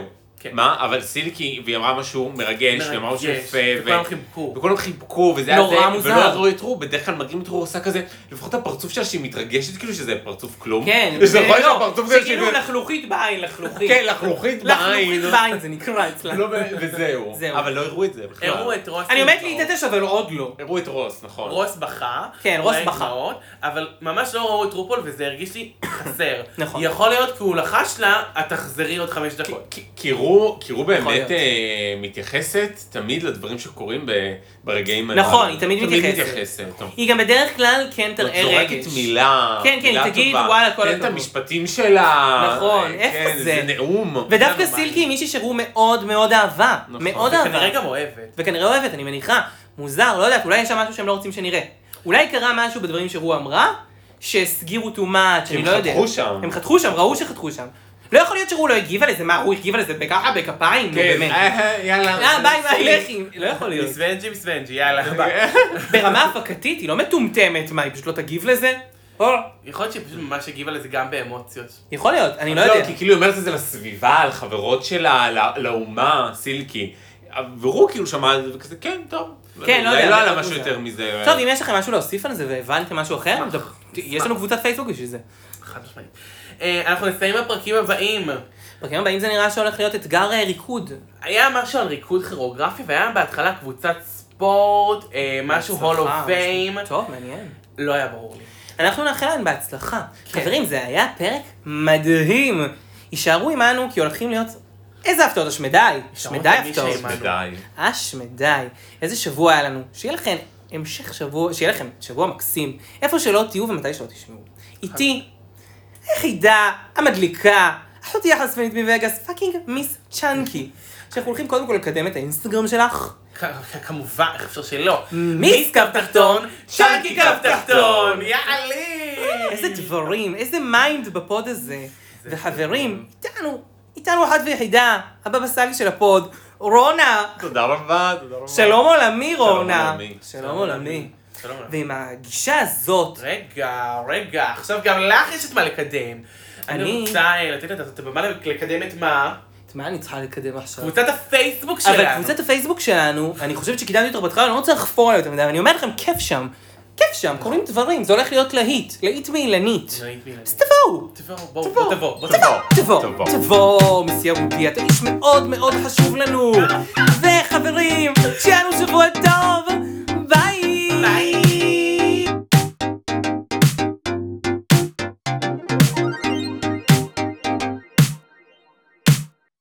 מה? אבל סילקי, והיא אמרה משהו מרגש, והיא אמרה משהו יפה,
וכולם חיבקו.
וכולם חיבקו, וזה היה
נורא
זה,
מוזר.
ולא הראו את רו, בדרך כלל מגיעים את רו עושה כזה, לפחות הפרצוף שלה שהיא מתרגשת כאילו שזה פרצוף כלום.
כן,
יש לך שהפרצוף כזה
שכאילו
שזה...
לחלוכית בעין, לחלוכית.
כן, לחלוכית בעין.
לחלוכית בעין זה נקרא אצלה.
לא, וזהו.
זהו.
אבל לא הראו את זה בכלל.
הראו את רוס.
אני עומדת להתעטש אבל עוד לא.
הראו את רוס, נכון.
רוס בכה.
כן, רוס
ראית
בכה.
דמעות, אבל ממש לא ראו את רופול וזה הרגיש לי חסר.
נכון.
יכול להיות כי הוא לחש לה, את תחזרי עוד חמש דקות.
כי- כי רו כי רו באמת
להיות.
אה, מתייחסת תמיד לדברים שקורים ב- ברגעים האלה.
נכון, היא תמיד מתייחסת.
מתייחסת. טוב.
היא גם בדרך כלל כן תראה
זורקת
רגש.
מילה,
כן, כן,
מילה
תגיד,
טובה.
וואלה, כל
תן את
הכבוד.
המשפטים שלה.
נכון,
אה,
איפה
כן,
זה?
זה נאום.
ודווקא
זה
סילקי היא מישהי שרו מאוד מאוד אהבה.
נכון.
מאוד
וכנראה
אהבה.
גם אוהבת.
וכנראה אוהבת, אני מניחה. מוזר, לא יודעת, אולי יש שם משהו שהם לא רוצים שנראה. אולי קרה משהו בדברים שרו אמרה, שהסגירו too much, אני
הם
לא יודע.
חתכו שם.
הם חתכו שם, ראו שחתכו שם. לא יכול להיות שרו לא הגיבה לזה, מה, הוא הגיבה לזה בככה, בכפיים, נו
כן,
באמת.
אה, יאללה.
אה, ביי ביי, לכי. לא יכול להיות.
מסוונג'י מסוונג'י, יאללה. ביי.
ברמה הפקתית, היא לא מטומטמת, מה, היא פשוט לא תגיב לזה? או,
יכול להיות שהיא פשוט ממש הגיבה לזה גם באמוציות.
יכול להיות, אני לא
לא,
יודע.
כי כאילו היא אומרת את זה לסביבה, על חברות שלה, ל- לאומה, סילקי. ורו כאילו שמע את זה וכזה, כן, טוב.
כן, לא יודע,
אולי לא
זה
עלה
מאוד
משהו
מוזר.
יותר מזה.
טוב, אם יש לכם משהו להוסיף על זה והבנתם משהו אחר, יש לנו קבוצת פייסבוק בשביל זה.
חד משמעית. אה, אנחנו נסיים בפרקים הבאים.
בפרקים הבאים זה נראה שהולך להיות אתגר אה, ריקוד.
היה משהו על ריקוד כירוגרפי והיה בהתחלה קבוצת ספורט, אה, משהו הול אוף
בהצלחה,
פיים.
טוב, מעניין.
לא היה ברור לי.
אנחנו נאחל להם בהצלחה.
כן.
חברים, זה היה פרק מדהים. יישארו עמנו כי הולכים להיות... איזה הפתעות, השמדי. השמדי
למי
הפתעות.
שעמנו.
די.
השמדי. איזה שבוע היה לנו. שיהיה לכם המשך שבוע, שיהיה לכם שבוע מקסים. איפה שלא תהיו ומתי שלא תשמעו. איתי, היחידה, המדליקה, אחותי החשפנית מווגאס, פאקינג מיס צ'אנקי. שאנחנו הולכים קודם כל לקדם את האינסטגרם שלך.
כ- כמובן, איך אפשר שלא.
מיס קו תחתון,
צ'אנקי קו תחתון, יאללה!
איזה דברים, איזה מיינד בפוד הזה. וחברים, איתנו, איתנו אחת ויחידה, הבבא סאלי של הפוד, רונה.
תודה רבה, תודה רבה.
שלום עולמי, רונה.
עולמי.
שלום עולמי.
שלום.
ועם הגישה הזאת,
רגע, רגע, עכשיו גם לך יש את מה לקדם. אני
אני-
רוצה אה, לתת את הבמה לקדם את מה?
את מה אני צריכה לקדם עכשיו?
קבוצת הפייסבוק שלנו.
אבל קבוצת הפייסבוק שלנו, אני חושבת שקידמתי אותה בהתחלה, אני לא רוצה לחפור עליה יותר מדי, אבל אני אומר לכם, כיף שם. כיף שם, קוראים דברים, זה הולך להיות להיט, להיט מאילנית. אז תבואו,
תבואו, בואו, בואו תבואו, בואו
תבוא.
תבואו, תבואו, מסיה רובי, אתה איש מאוד מאוד חשוב לנו. וחברים, שיהיה לנו שבוע טוב,